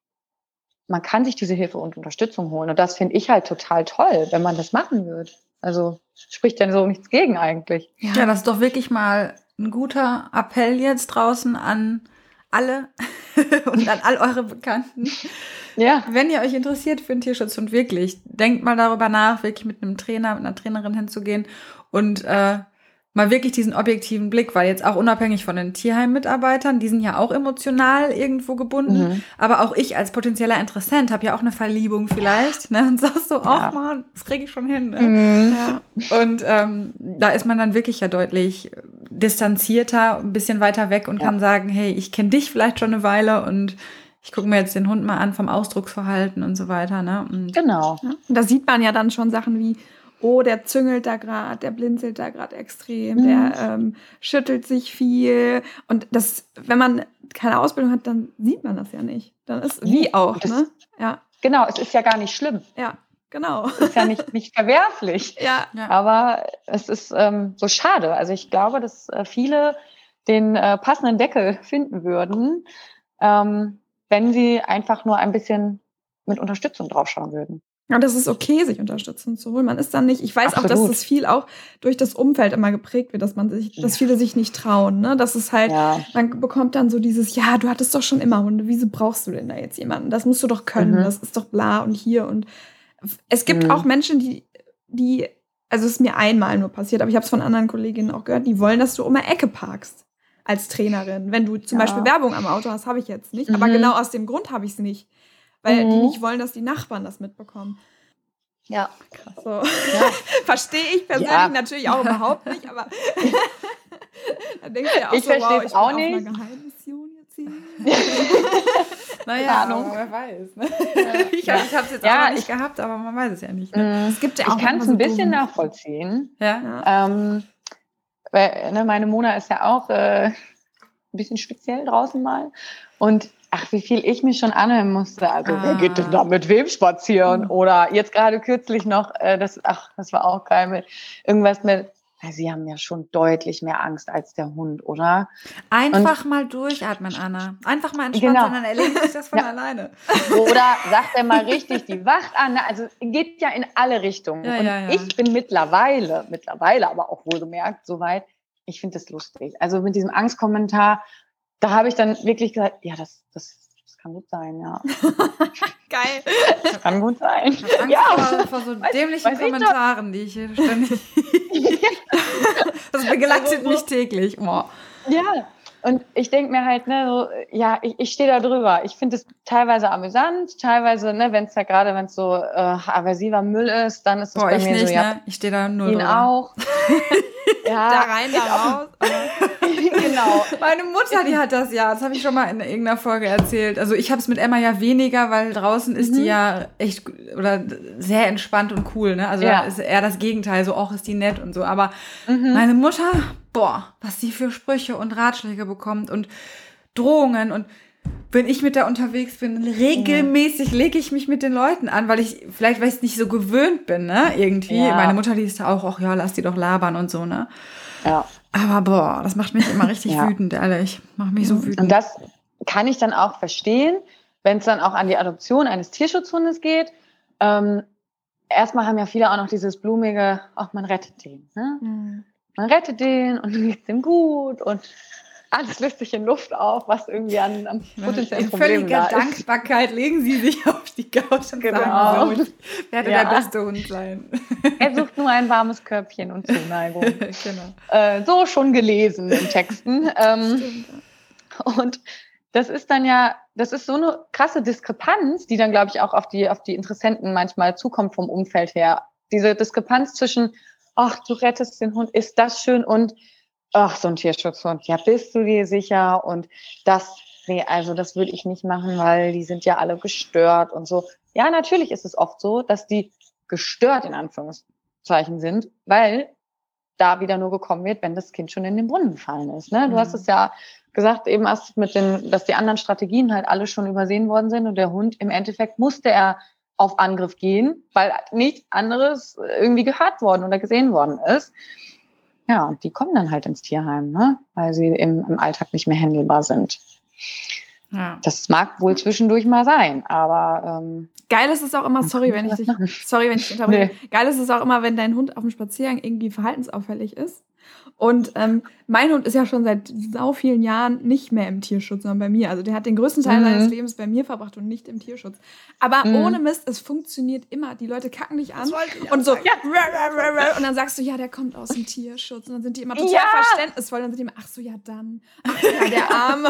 man kann sich diese Hilfe und Unterstützung holen. Und das finde ich halt total toll, wenn man das machen wird. Also spricht ja so nichts gegen eigentlich. Ja, ja, das ist doch wirklich mal ein guter Appell jetzt draußen an alle und an all eure Bekannten. Ja. Wenn ihr euch interessiert für den Tierschutz und wirklich, denkt mal darüber nach, wirklich mit einem Trainer, mit einer Trainerin hinzugehen und äh, mal wirklich diesen objektiven Blick, weil jetzt auch unabhängig von den Tierheim-Mitarbeitern, die sind ja auch emotional irgendwo gebunden, mhm. aber auch ich als potenzieller Interessent habe ja auch eine Verliebung vielleicht, ne, und sagst so, ach ja. man, das kriege ich schon hin. Ne? Mhm. Ja. Und ähm, da ist man dann wirklich ja deutlich distanzierter, ein bisschen weiter weg und ja. kann sagen, hey, ich kenne dich vielleicht schon eine Weile und ich gucke mir jetzt den Hund mal an vom Ausdrucksverhalten und so weiter. Ne? Und genau. Ja. Und da sieht man ja dann schon Sachen wie, oh, der züngelt da gerade, der blinzelt da gerade extrem, mhm. der ähm, schüttelt sich viel. Und das, wenn man keine Ausbildung hat, dann sieht man das ja nicht. Dann ist wie auch, das, ne? Ja. Genau, es ist ja gar nicht schlimm. Ja, genau. Es ist ja nicht, nicht verwerflich. Ja, ja. Aber es ist ähm, so schade. Also ich glaube, dass äh, viele den äh, passenden Deckel finden würden, ähm, wenn sie einfach nur ein bisschen mit Unterstützung draufschauen würden. Und das ist okay, sich Unterstützung zu holen. Man ist dann nicht, ich weiß Absolut. auch, dass das viel auch durch das Umfeld immer geprägt wird, dass man sich, dass viele sich nicht trauen, ne? Das ist halt, ja. man bekommt dann so dieses, ja, du hattest doch schon immer Hunde, wieso brauchst du denn da jetzt jemanden? Das musst du doch können, mhm. das ist doch bla und hier und es gibt mhm. auch Menschen, die, die, also es ist mir einmal nur passiert, aber ich habe es von anderen Kolleginnen auch gehört, die wollen, dass du um die Ecke parkst als Trainerin. Wenn du zum ja. Beispiel Werbung am Auto hast, habe ich jetzt nicht, mhm. aber genau aus dem Grund habe ich es nicht. Weil mhm. die nicht wollen, dass die Nachbarn das mitbekommen. Ja. Krass. So. Ja. Verstehe ich persönlich ja. natürlich auch überhaupt nicht, aber dann denkst du ja auch ich so, wow, ich auch bin nicht. auf einer Geheimmission jetzt hier. Naja, aber wer weiß. Ne? Ich habe es jetzt ja, auch noch nicht gehabt, aber man weiß es ja nicht. Ne? Es gibt ja auch ich kann es ein bisschen so nachvollziehen. Ja. Ähm, weil, ne, meine Mona ist ja auch äh, ein bisschen speziell draußen mal. Und ach, wie viel ich mich schon anhören musste. Also, ah. wer geht denn da mit wem spazieren? Mhm. Oder jetzt gerade kürzlich noch, äh, das, ach, das war auch geil, mit irgendwas mit, ja, sie haben ja schon deutlich mehr Angst als der Hund, oder? Einfach Und, mal durchatmen, Anna. Einfach mal entspannen, genau. dann erledigt sich das von ja. alleine. Oder sagt er mal richtig die Wacht an. Also, geht ja in alle Richtungen. Ja, Und ja, ja. ich bin mittlerweile, mittlerweile aber auch wohlgemerkt, soweit, ich finde das lustig. Also, mit diesem Angstkommentar, da habe ich dann wirklich gesagt, ja, das, das, das kann gut sein, ja. Geil. Das kann gut sein. Ich habe Angst ja. vor, vor so dämlichen Kommentaren, die ich hier ständig... Das begleitet also, mich täglich. Oh. Ja, und ich denke mir halt, ne, so, ja, ich, ich stehe da drüber. Ich finde es teilweise amüsant, teilweise, ne, wenn es ja gerade, wenn es so äh, aversiver Müll ist, dann ist es Boah, bei ich mir nicht, so, ja. Ne? Ich stehe da null ihn drüber. auch. Ja, da rein, da raus. Genau. Meine Mutter, die hat das ja, das habe ich schon mal in irgendeiner Folge erzählt. Also ich habe es mit Emma ja weniger, weil draußen ist mhm. die ja echt oder sehr entspannt und cool, ne? Also ja. ist eher das Gegenteil, so auch ist die nett und so. Aber mhm. meine Mutter, boah, was sie für Sprüche und Ratschläge bekommt und Drohungen und wenn ich mit der unterwegs bin, regelmäßig lege ich mich mit den Leuten an, weil ich, vielleicht weil ich es nicht so gewöhnt bin, ne, irgendwie. Ja. Meine Mutter, die ist da auch, ach ja, lass die doch labern und so, ne. Ja. Aber boah, das macht mich immer richtig ja. wütend, ehrlich. Macht mich so wütend. Und das kann ich dann auch verstehen, wenn es dann auch an die Adoption eines Tierschutzhundes geht. Ähm, erstmal haben ja viele auch noch dieses blumige, ach, man rettet den, ne. Mhm. Man rettet den und dann geht's ihm gut und alles löst sich in Luft auf, was irgendwie an, an potenziellen Problemen da ist. In völliger Dankbarkeit legen sie sich auf die Couch und genau. sagen, so, ich werde ja. der beste Hund sein. Er sucht nur ein warmes Körbchen und Zuneigung. Genau. Äh, so schon gelesen in Texten. Ähm, und das ist dann ja das ist so eine krasse Diskrepanz, die dann, glaube ich, auch auf die, auf die Interessenten manchmal zukommt vom Umfeld her. Diese Diskrepanz zwischen, ach, du rettest den Hund, ist das schön und ach, so ein Tierschutzhund, ja, bist du dir sicher? Und das, nee, also das würde ich nicht machen, weil die sind ja alle gestört und so. Ja, natürlich ist es oft so, dass die gestört in Anführungszeichen sind, weil da wieder nur gekommen wird, wenn das Kind schon in den Brunnen gefallen ist. Ne? Du mhm. hast es ja gesagt, eben erst mit den, dass die anderen Strategien halt alle schon übersehen worden sind und der Hund im Endeffekt musste er auf Angriff gehen, weil nichts anderes irgendwie gehört worden oder gesehen worden ist. Ja, und die kommen dann halt ins Tierheim, ne? Weil sie im, im Alltag nicht mehr handelbar sind. Ja. Das mag wohl zwischendurch mal sein, aber ähm, geil ist es auch immer, sorry, wenn ich dich, sorry, wenn ich dich unterbreche. Nee. Geil ist es auch immer, wenn dein Hund auf dem Spaziergang irgendwie verhaltensauffällig ist. Und ähm, mein Hund ist ja schon seit sau vielen Jahren nicht mehr im Tierschutz, sondern bei mir. Also der hat den größten Teil mhm. seines Lebens bei mir verbracht und nicht im Tierschutz. Aber mhm. ohne Mist, es funktioniert immer. Die Leute kacken dich an und so ja. und dann sagst du, ja, der kommt aus dem Tierschutz. Und dann sind die immer total ja. verständnisvoll. Dann sind die immer, ach so, ja dann. Ach ja, der Arme.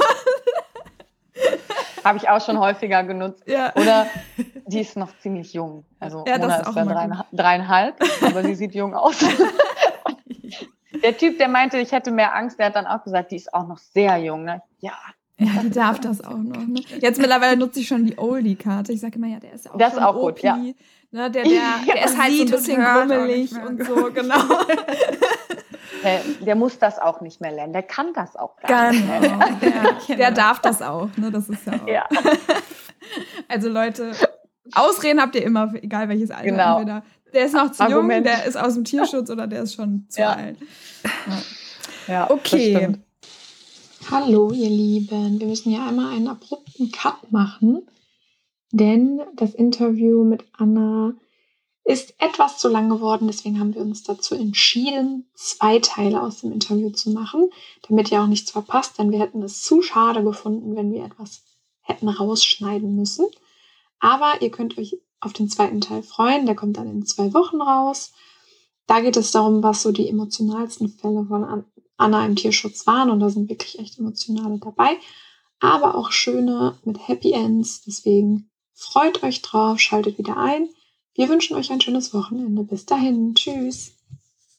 Habe ich auch schon häufiger genutzt. Ja. Oder die ist noch ziemlich jung. Also ja, Mona ist, ist dann dreiein, dreieinhalb, aber sie sieht jung aus. Der Typ, der meinte, ich hätte mehr Angst, der hat dann auch gesagt, die ist auch noch sehr jung. Ne? Ja. Ja, die darf das auch noch. Ne? Jetzt mittlerweile nutze ich schon die Oldie-Karte. Ich sage immer, ja, der ist ja auch das schon auch O P. Gut, ja. Ne? Der, der, der ja, ist halt so ein bisschen grummelig und so, genau. Der, der muss das auch nicht mehr lernen. Der kann das auch gar genau. nicht mehr. Der, genau. der darf das auch. Ne? Das ist ja auch. Ja. Also Leute, Ausreden habt ihr immer, egal welches Alter. Genau. Entweder der ist noch zu Argument. jung, der ist aus dem Tierschutz oder der ist schon zu ja. alt. Ja, ja okay. Hallo ihr Lieben, wir müssen ja einmal einen abrupten Cut machen, denn das Interview mit Anna ist etwas zu lang geworden, deswegen haben wir uns dazu entschieden, zwei Teile aus dem Interview zu machen, damit ihr auch nichts verpasst, denn wir hätten es zu schade gefunden, wenn wir etwas hätten rausschneiden müssen. Aber ihr könnt euch auf den zweiten Teil freuen, der kommt dann in zwei Wochen raus. Da geht es darum, was so die emotionalsten Fälle von Anna im Tierschutz waren und da sind wirklich echt emotionale dabei, aber auch schöne mit Happy Ends, deswegen freut euch drauf, schaltet wieder ein. Wir wünschen euch ein schönes Wochenende. Bis dahin, tschüss.